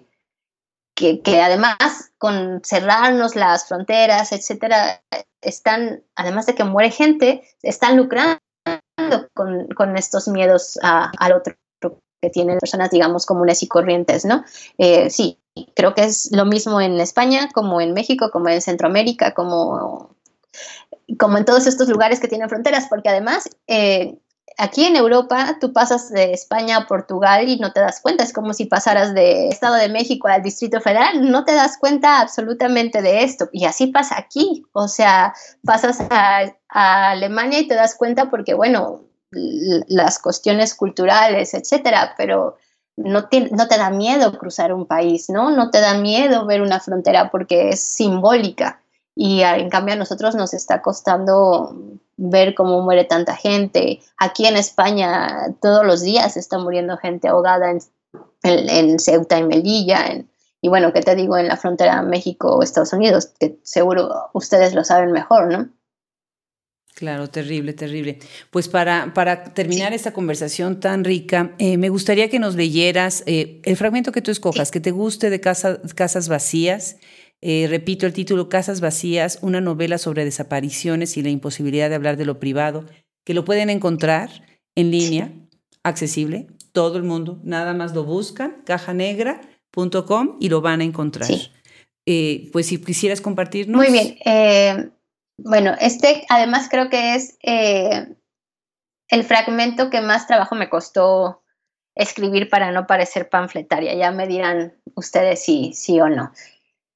que además con cerrarnos las fronteras, etcétera, además de que muere gente, están lucrando con estos miedos al otro que tienen personas, digamos, comunes y corrientes, ¿no? Sí, creo que es lo mismo en España, como en México, como en Centroamérica, como en todos estos lugares que tienen fronteras, porque además aquí en Europa tú pasas de España a Portugal y no te das cuenta, es como si pasaras de Estado de México al Distrito Federal, no te das cuenta absolutamente de esto, y así pasa aquí, o sea, pasas a Alemania y te das cuenta porque, bueno, las cuestiones culturales, etcétera, pero no te da miedo cruzar un país, ¿no? No te da miedo ver una frontera porque es simbólica. Y en cambio a nosotros nos está costando ver cómo muere tanta gente. Aquí en España todos los días está muriendo gente ahogada en Ceuta y Melilla. Y bueno, ¿qué te digo? En la frontera México-Estados Unidos, que seguro ustedes lo saben mejor, ¿no?
Claro, terrible, terrible. Pues para terminar
Sí,
esta conversación tan rica, me gustaría que nos leyeras el fragmento que tú escojas,
sí.
que te guste de Casas Vacías. Repito el título, Casas Vacías, una novela sobre desapariciones y la imposibilidad de hablar de lo privado, que lo pueden encontrar en línea,
Sí.
accesible, todo el mundo, nada más lo buscan, cajanegra.com y lo van a encontrar.
Sí.
Pues si quisieras
Muy bien.
compartirnos.
Bueno, además creo que es el fragmento que más trabajo me costó escribir para no parecer panfletaria. Ya me dirán ustedes si sí o no.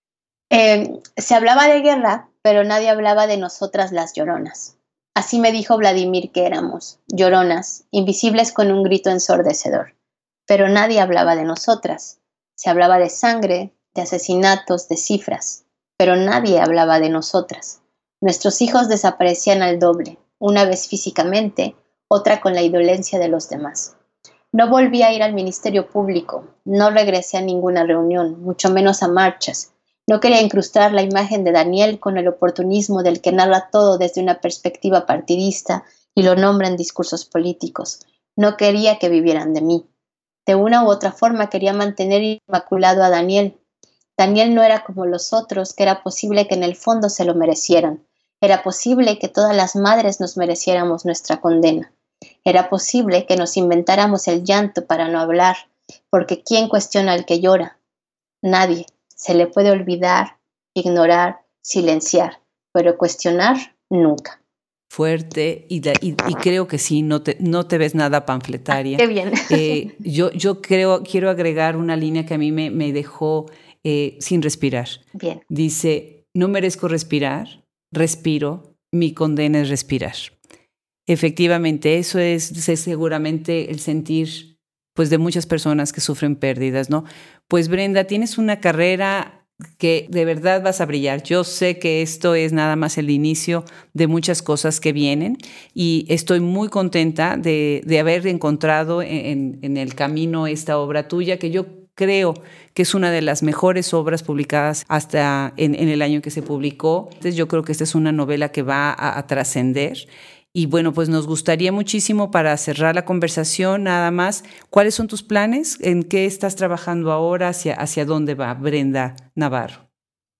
Se hablaba de guerra, pero nadie hablaba de nosotras las lloronas. Así me dijo Vladimir que éramos, lloronas, invisibles con un grito ensordecedor. Pero nadie hablaba de nosotras. Se hablaba de sangre, de asesinatos, de cifras, pero nadie hablaba de nosotras. Nuestros hijos desaparecían al doble, una vez físicamente, otra con la indolencia de los demás. No volví a ir al Ministerio Público, no regresé a ninguna reunión, mucho menos a marchas. No quería incrustar la imagen de Daniel con el oportunismo del que narra todo desde una perspectiva partidista y lo nombra en discursos políticos. No quería que vivieran de mí. De una u otra forma quería mantener inmaculado a Daniel. Daniel no era como los otros, que era posible que en el fondo se lo merecieran. Era posible que todas las madres nos mereciéramos nuestra condena. Era posible que nos inventáramos el llanto para no hablar, porque ¿quién cuestiona al que llora? Nadie. Se le puede olvidar, ignorar, silenciar, pero cuestionar nunca.
Fuerte y creo que sí, no te ves nada panfletaria.
Qué bien.
Yo quiero agregar una línea que a mí me dejó sin respirar.
Bien.
Dice, no merezco respirar, respiro, mi condena es respirar. Efectivamente, eso es seguramente el sentir pues, de muchas personas que sufren pérdidas, ¿no? Pues Brenda, tienes una carrera que de verdad vas a brillar. Yo sé que esto es nada más el inicio de muchas cosas que vienen y estoy muy contenta de haber encontrado en el camino esta obra tuya, que yo creo que es una de las mejores obras publicadas hasta en el año que se publicó. Entonces yo creo que esta es una novela que va a trascender. Y bueno, pues nos gustaría muchísimo para cerrar la conversación nada más, ¿cuáles son tus planes? ¿En qué estás trabajando ahora? ¿Hacia dónde va Brenda Navarro?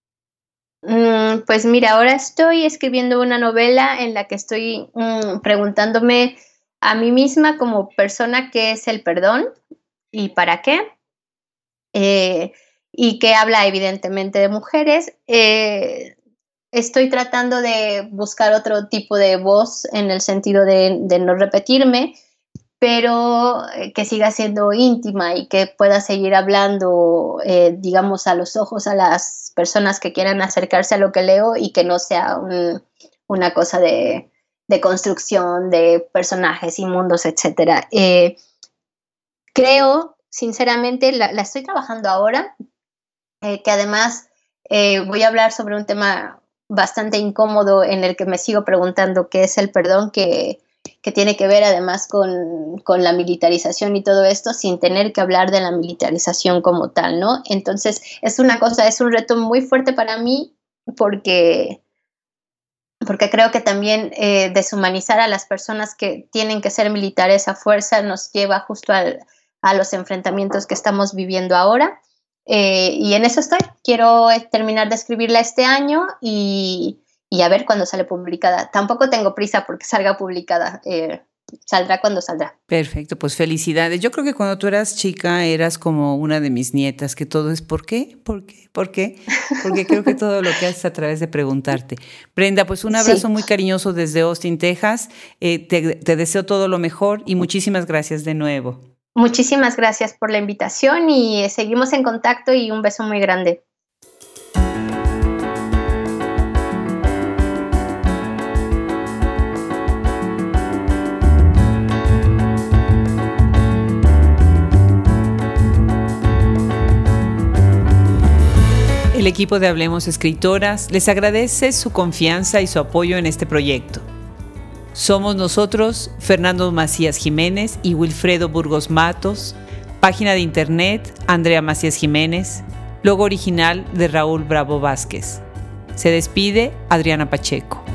Pues mira, ahora estoy escribiendo una novela en la que estoy preguntándome a mí misma como persona qué es el perdón y para qué. Y que habla evidentemente de mujeres. Estoy tratando de buscar otro tipo de voz en el sentido de no repetirme, pero que siga siendo íntima y que pueda seguir hablando, digamos, a los ojos a las personas que quieran acercarse a lo que leo y que no sea una cosa de construcción de personajes y mundos, etc. Creo, sinceramente, la estoy trabajando ahora, que además voy a hablar sobre un tema bastante incómodo en el que me sigo preguntando qué es el perdón, que tiene que ver además con la militarización y todo esto, sin tener que hablar de la militarización como tal, ¿no? Entonces es un reto muy fuerte para mí porque creo que también deshumanizar a las personas que tienen que ser militares a fuerza nos lleva justo a los enfrentamientos que estamos viviendo ahora. Y en eso estoy. Quiero terminar de escribirla este año y a ver cuándo sale publicada. Tampoco tengo prisa porque salga publicada. Saldrá cuando saldrá.
Perfecto, pues felicidades. Yo creo que cuando tú eras chica eras como una de mis nietas, que todo es ¿por qué? ¿Por qué? ¿Por qué? Porque creo que todo lo que haces a través de preguntarte. Brenda, pues un abrazo muy cariñoso desde Austin, Texas. Te deseo todo lo mejor y muchísimas gracias de nuevo.
Muchísimas gracias por la invitación y seguimos en contacto y un beso muy grande.
El equipo de Hablemos Escritoras les agradece su confianza y su apoyo en este proyecto. Somos nosotros, Fernando Macías Jiménez y Wilfredo Burgos Matos, página de internet Andrea Macías Jiménez, logo original de Raúl Bravo Vázquez. Se despide Adriana Pacheco.